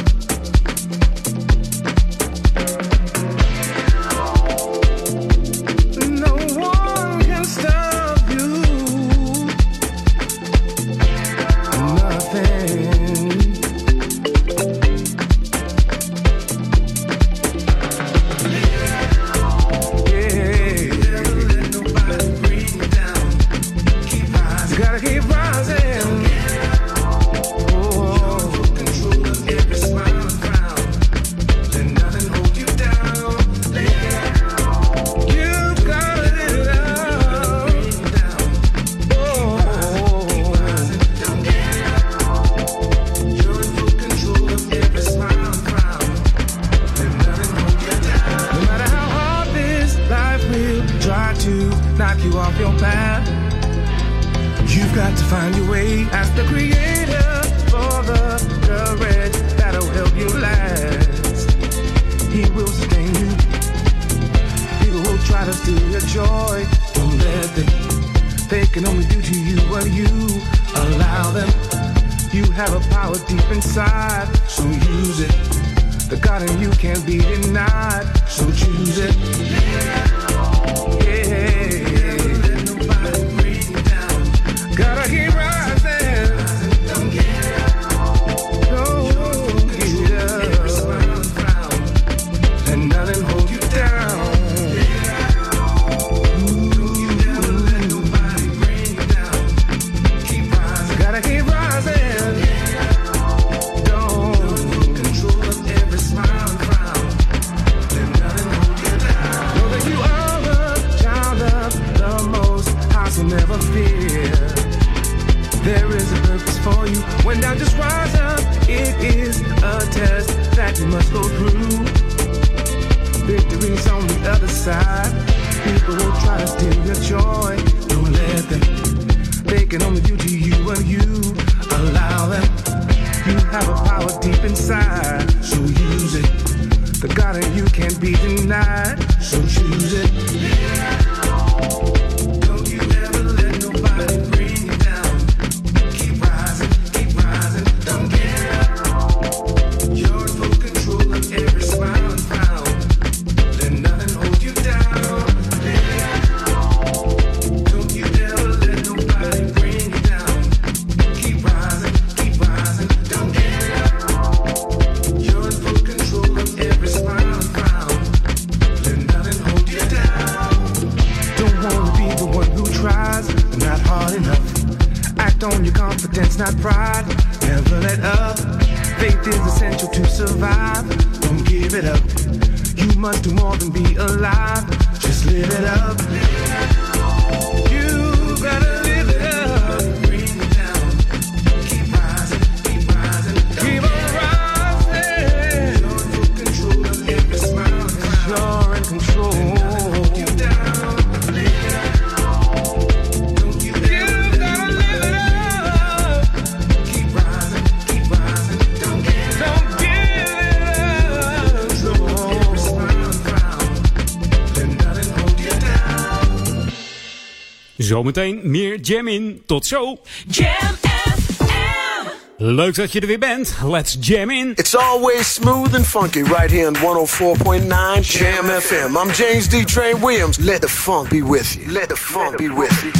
Zometeen meer Jam in. Tot zo. Jam F M. Leuk dat je er weer bent. Let's jam in. It's always smooth and funky right here on one oh four point nine Jam F M. I'm James D. Train Williams. Let the funk be with you. Let the funk be with you.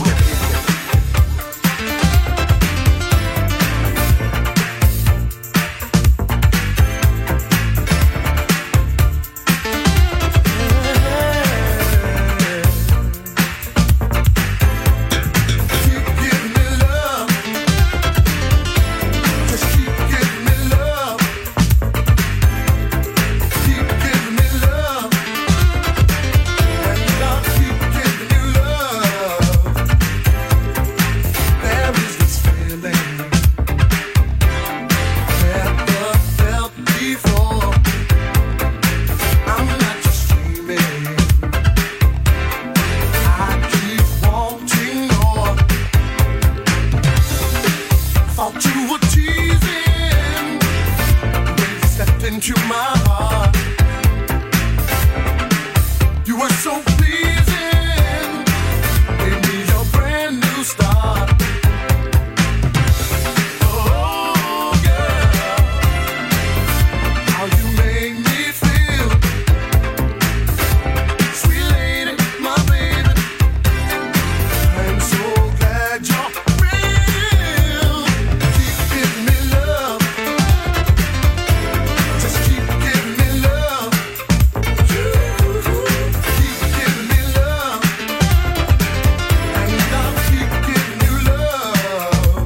into my heart. You were so pleasing, gave me your brand new start. Oh, girl, how you make me feel. Sweet lady, my baby, I'm so glad you're real. Keep giving me love, just keep giving me love. You keep giving me love, and I'll keep giving you love.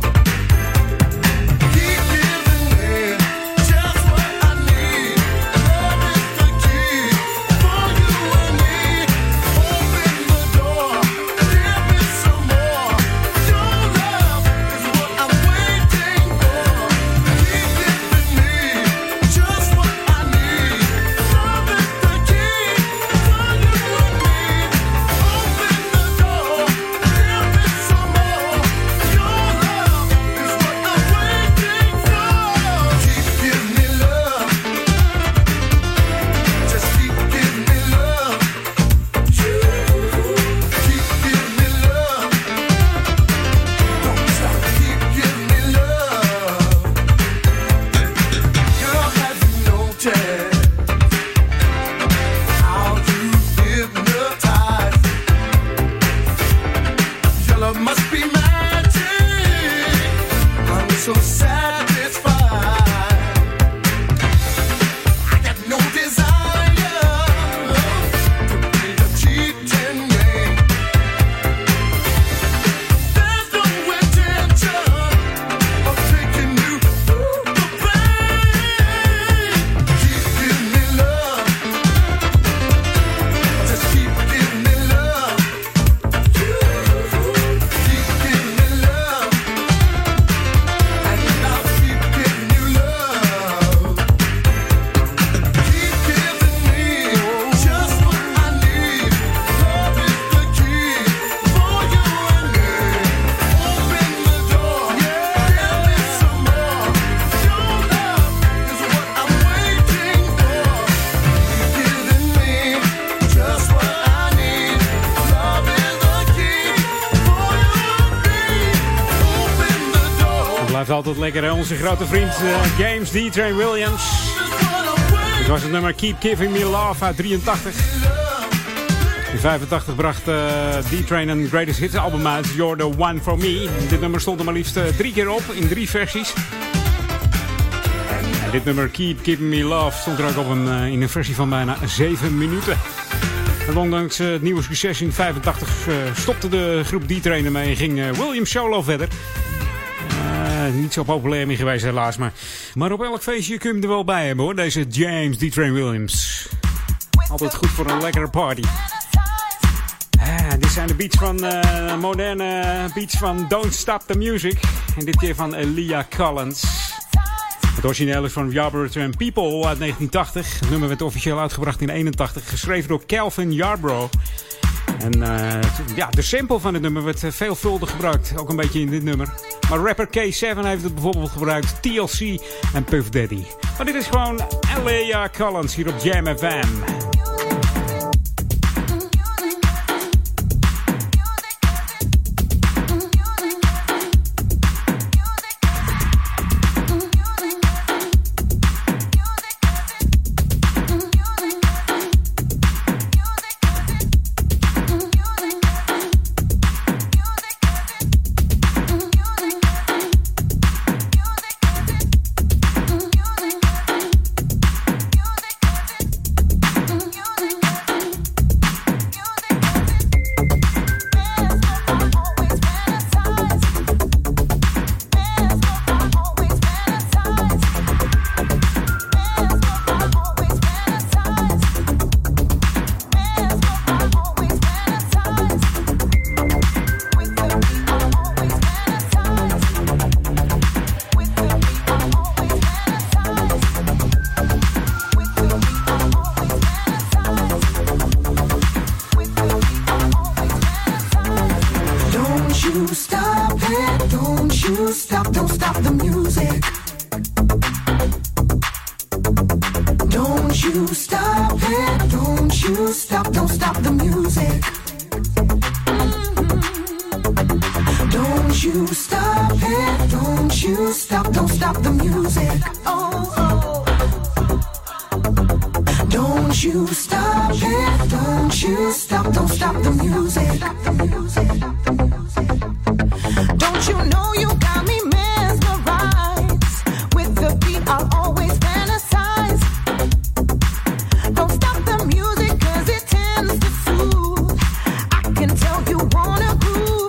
Keep giving me just what I need. Love is the key for you and me. Open the door, give me some more. Your love is what I'm waiting for. Keep giving me just what I need. Love is the key for you and me. Open the door, give me some more. Your love is what I'm waiting for. Keep giving me love, just keep giving me love. You keep giving me love, don't stop, keep giving me love. Girl, have you noticed how you hypnotize? Your love must be magic, I'm so satisfied. I got no desire to play the cheating game. There's no intention of taking you through the pain. Keep giving me love, just keep giving me love. You keep giving me love, and I'll keep giving you love. Keep giving me just what I need. Love is the key for you and me. Open the door, give me some more. Your love is what I'm waiting for. Keep giving me just what I need. Love is the key for you and me. Open the door. Het blijft altijd lekker, hè? Onze grote vriend eh, James D-Train Williams. Dit was het nummer Keep Giving Me Love uit drieëntachtig. In vijfentachtig bracht eh, D-Train een Greatest Hits album uit, You're the One for Me. Dit nummer stond er maar liefst eh, drie keer op, in drie versies. En dit nummer Keep Giving Me Love stond er ook op een, eh, in een versie van bijna zeven minuten. En ondanks eh, het nieuwe succes in vijfentachtig eh, stopte de groep D-Train ermee en ging eh, William solo verder. Eh, niet zo populair meer geweest helaas, maar, maar op elk feestje kun je hem er wel bij hebben hoor, deze James D-Train Williams. Altijd goed voor een lekkere party. Ah, dit zijn de beats van uh, moderne beats van Don't Stop the Music. En dit keer van Elia Collins. Het origineel is van Yarborough and People uit negentien tachtig. Het nummer werd officieel uitgebracht in eenentachtig, geschreven door Calvin Yarborough. En uh, ja, de sample van het nummer werd veelvuldig gebruikt. Ook een beetje in dit nummer. Maar rapper K zeven heeft het bijvoorbeeld gebruikt. T L C en Puff Daddy. Maar dit is gewoon Elia Collins hier op Jam F M. You Don't you stop it, don't you stop, don't stop the music. Don't you stop it, don't you stop, don't stop the music. Oh, oh. Don't you stop it, don't you stop, don't stop the music. Don't you know you got me mesmerized? With the beat I'll always fantasize. Don't stop the music cause it tends to soothe. I can tell you wanna groove.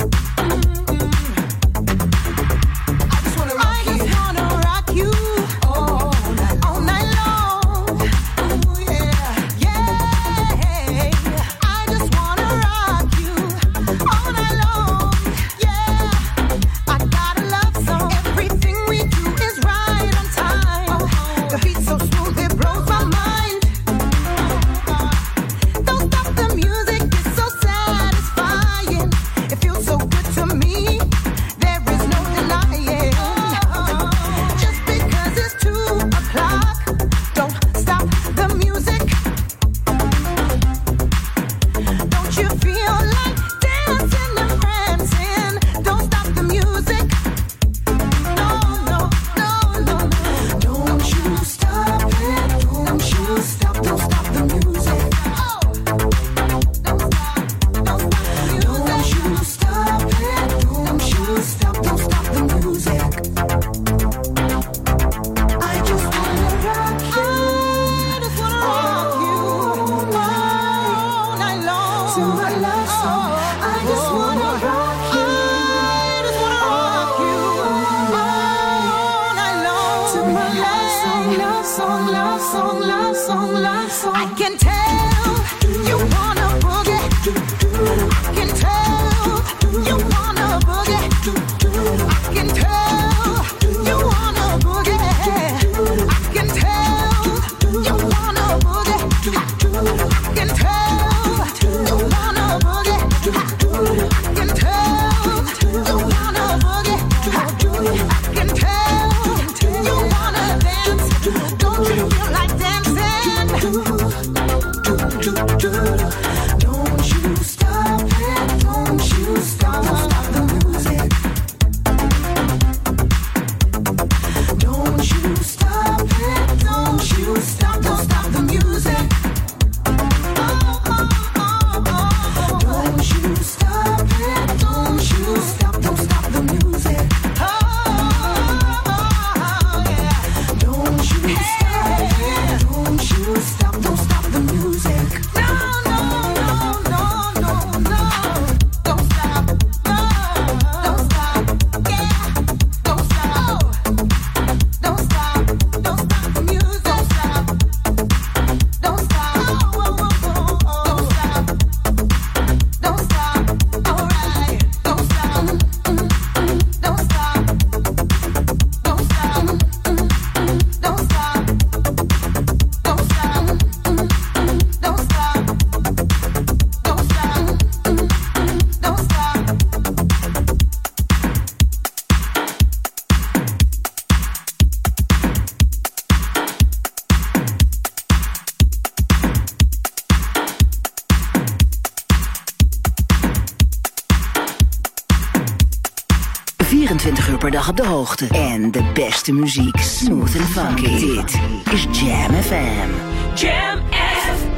vierentwintig uur per dag op de hoogte. En de beste muziek. Smooth and funky. Dit is Jam F M. Jam F M.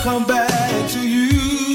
come back to you.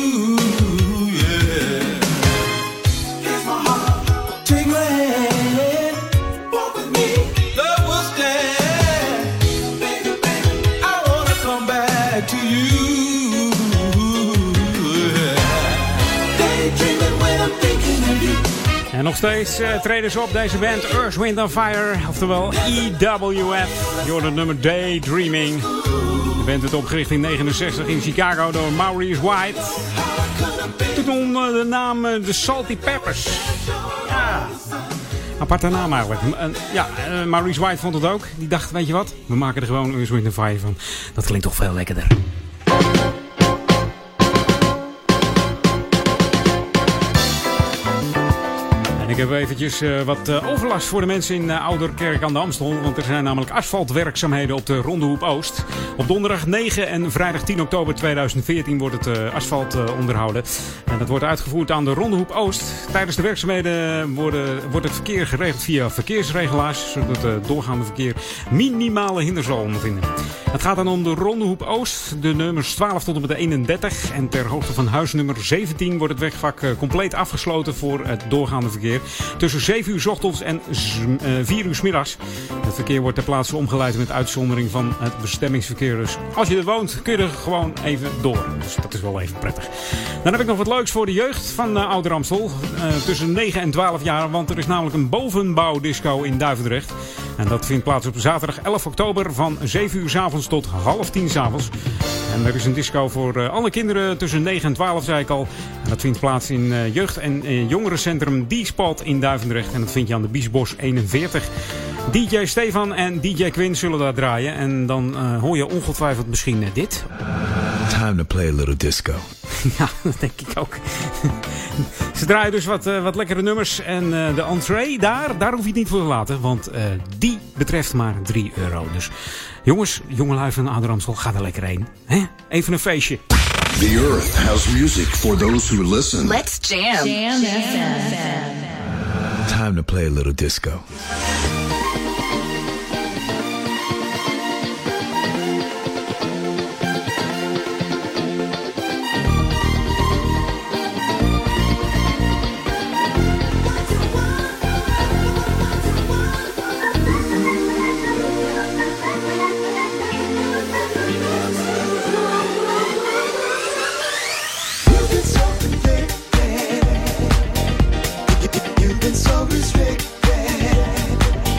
Yeah. Here's my heart. Take my hand. Walk with me. Love will stand. Baby, baby, I wanna come back to you. Yeah. Daydreaming when I'm thinking of you. En nog steeds uh, treden ze op, deze band Earth, Wind and Fire, oftewel E W F. Je hoort het nummer Daydreaming. De band werd opgericht in negentien negenenzestig in Chicago door Maurice White. Toen onder de naam uh, de Salty Peppers. Ja, aparte naam eigenlijk. Uh, ja, uh, Maurice White vond het ook. Die dacht, weet je wat, we maken er gewoon Earth, Wind and Fire van. Dat klinkt toch veel lekkerder. Ik heb eventjes uh, wat uh, overlast voor de mensen in uh, Ouderkerk aan de Amstel. Want er zijn namelijk asfaltwerkzaamheden op de Rondehoep Oost. Op donderdag negen en vrijdag tien oktober tweeduizend veertien wordt het uh, asfalt uh, onderhouden. En dat wordt uitgevoerd aan de Rondehoep Oost. Tijdens de werkzaamheden worden, wordt het verkeer geregeld via verkeersregelaars. Zodat het uh, doorgaande verkeer minimale hinder zal ondervinden. Het gaat dan om de Rondehoep Oost. De nummers twaalf tot en met de eenendertig. En ter hoogte van huisnummer zeventien wordt het wegvak uh, compleet afgesloten voor het doorgaande verkeer. Tussen zeven uur 's ochtends en vier uur 's middags. Het verkeer wordt ter plaatse omgeleid met uitzondering van het bestemmingsverkeer. Dus als je er woont, kun je er gewoon even door. Dus dat is wel even prettig. Dan heb ik nog wat leuks voor de jeugd van uh, Ouder Amstel. Uh, tussen negen en twaalf jaar. Want er is namelijk een bovenbouwdisco in Duivendrecht. En dat vindt plaats op zaterdag elf oktober van zeven uur 's avonds tot half tien 's avonds. En er is een disco voor uh, alle kinderen tussen negen en twaalf, zei ik al. En dat vindt plaats in uh, jeugd- en uh, jongerencentrum D-Spot in Duivendrecht. En dat vind je aan de Biesbos eenenveertig. D J Stefan en D J Quinn zullen daar draaien. En dan uh, hoor je ongetwijfeld misschien uh, dit. Time to play a little disco. Ja, dat denk ik ook. Ze draaien dus wat, uh, wat lekkere nummers. En uh, de entree, daar, daar hoef je het niet voor te laten. Want uh, die betreft maar drie euro. Dus jongens, jongelui van Ouder Amstel, ga er lekker heen. Hè? Even een feestje. The Earth has music for those who listen. Let's jam. Jam F M. Time to play a little disco. You've been so restricted.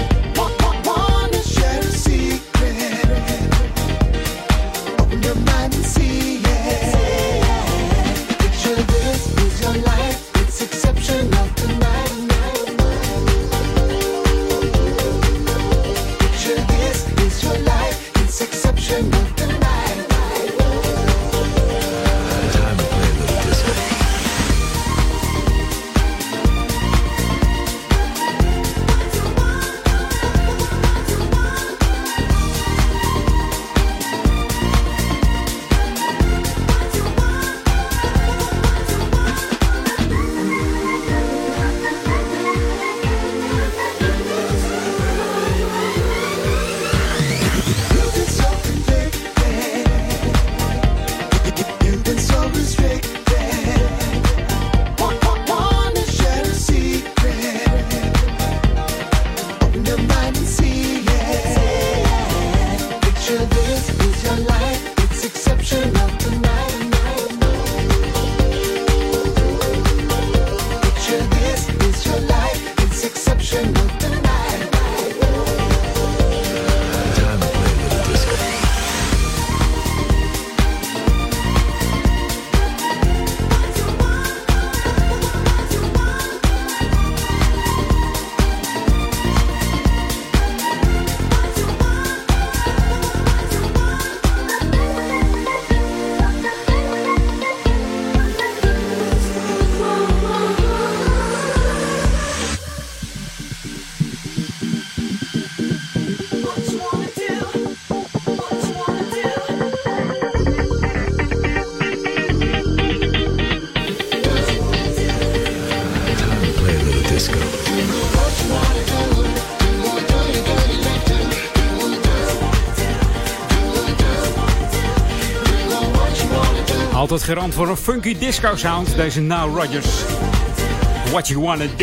Altijd garant voor een funky disco sound. Deze Now Rodgers. What You Wanna Do.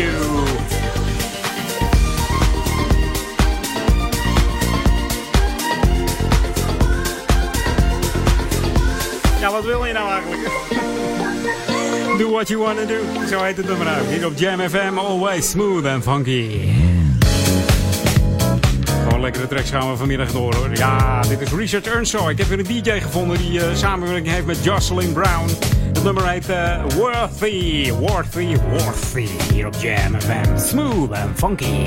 Ja, wat wil je nou eigenlijk? Do what you wanna do. Zo heet het nummer uit. Hier op Jam F M. Always smooth and funky. Gewoon lekkere tracks gaan we vanmiddag door, hoor. Ja, dit is Richard Earnshaw. Ik heb weer een D J gevonden die uh, samenwerking heeft met Jocelyn Brown. Het nummer heet uh, Worthy. Worthy, Worthy. Hier op Jam F M. Smooth and funky.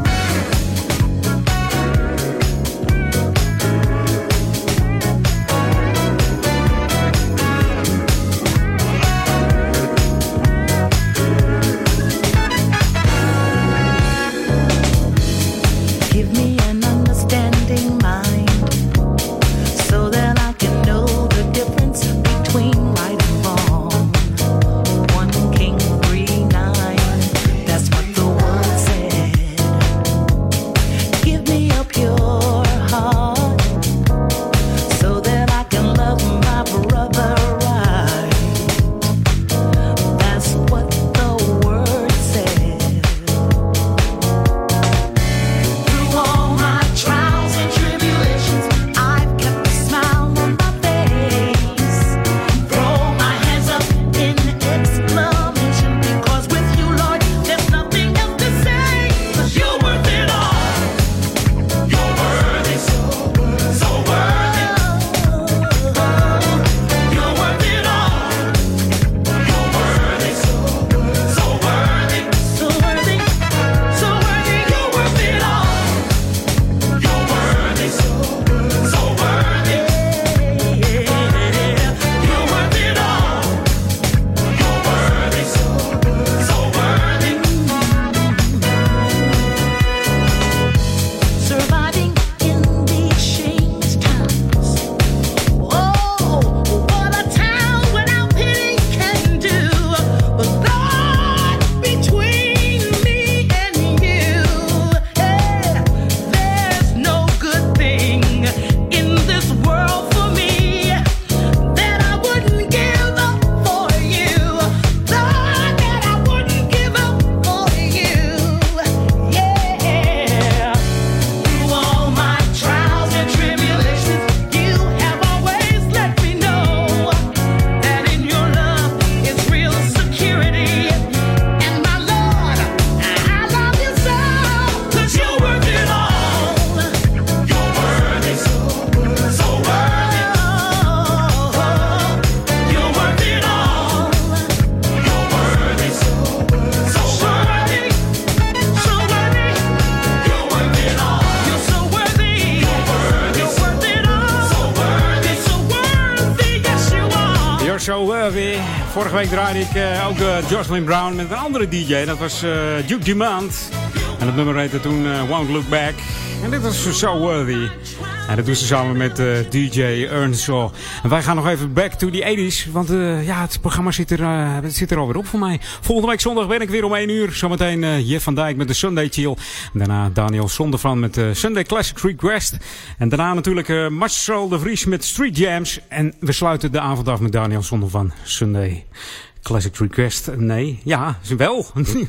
Vorige week draaide ik uh, ook uh, Jocelyn Brown met een andere D J. Dat was uh, Duke Dumont. En het nummer heette toen uh, Won't Look Back. En dit was So Worthy. En dat doen ze samen met uh, D J Earnshaw. En wij gaan nog even back to the eighties. Want uh, ja, het programma zit er, uh, het zit er alweer op voor mij. Volgende week zondag ben ik weer om één uur. Zometeen uh, Jeff van Dijk met de Sunday Chill. En daarna Daniel Sondervan met de Sunday Classic Request. En daarna natuurlijk uh, Marcel de Vries met Street Jams. En we sluiten de avond af met Daniel Sondervan Sunday Classic Request. Nee, ja, wel.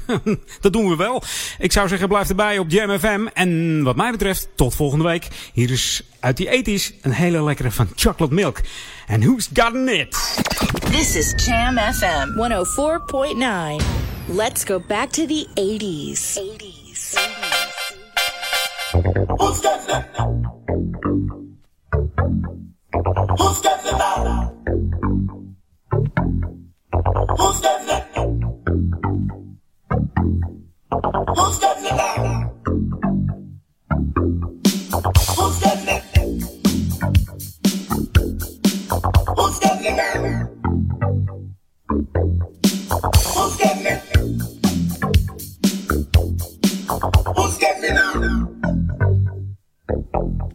Dat doen we wel. Ik zou zeggen, blijf erbij op Jam F M. En wat mij betreft, tot volgende week. Hier is uit die eighties een hele lekkere van Chocolate Milk. En Who's Gotten It? This is Jam F M one oh four point nine. Let's go back to the eighties. eighties. Who's got it? Who's got it now? Who's got it? Who's got it now? Who's got it? Who's got it now? Who's got it? Who's got it now?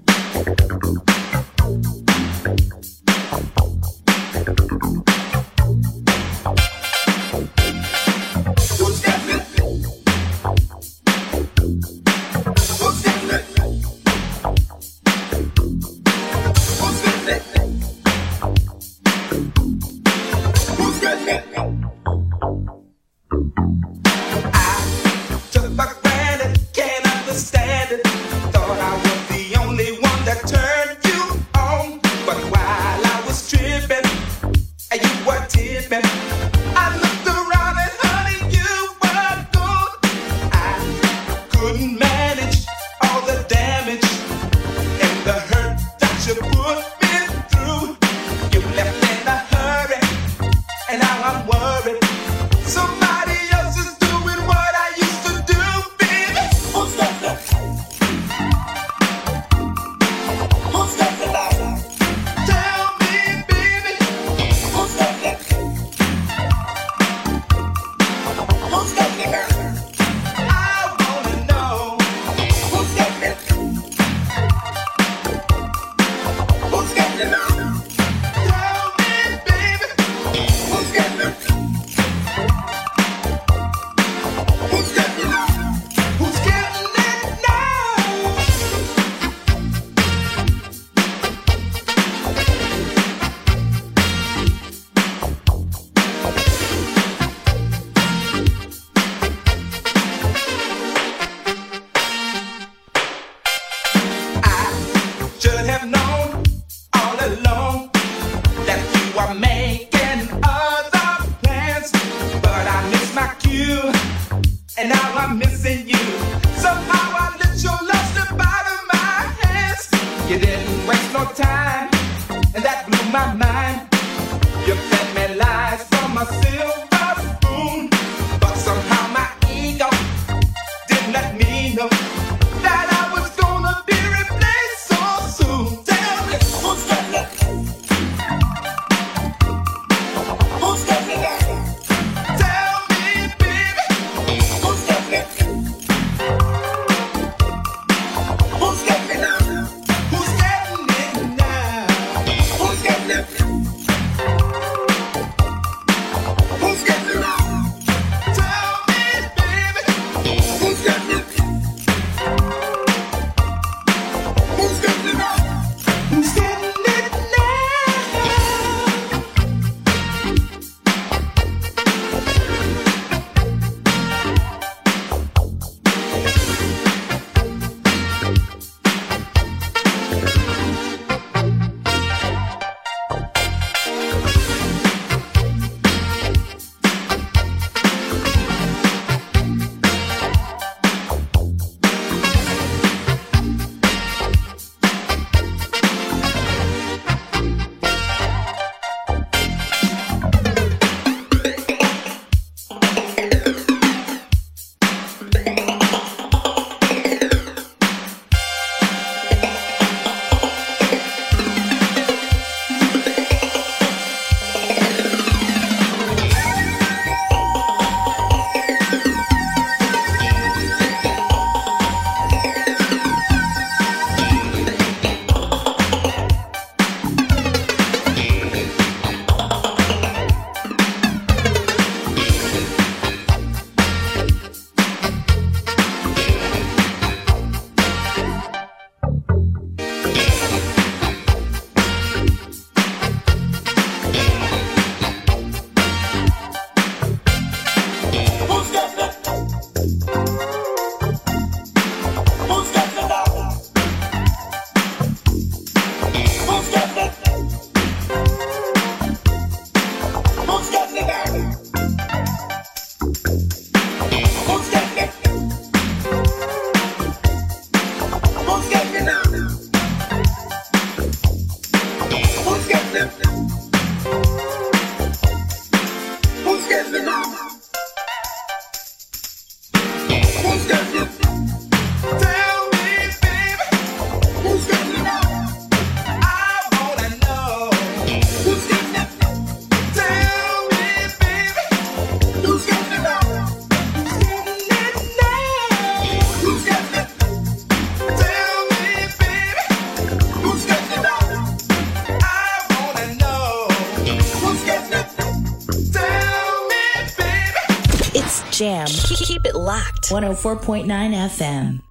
Jam. Keep it locked. one oh four point nine F M.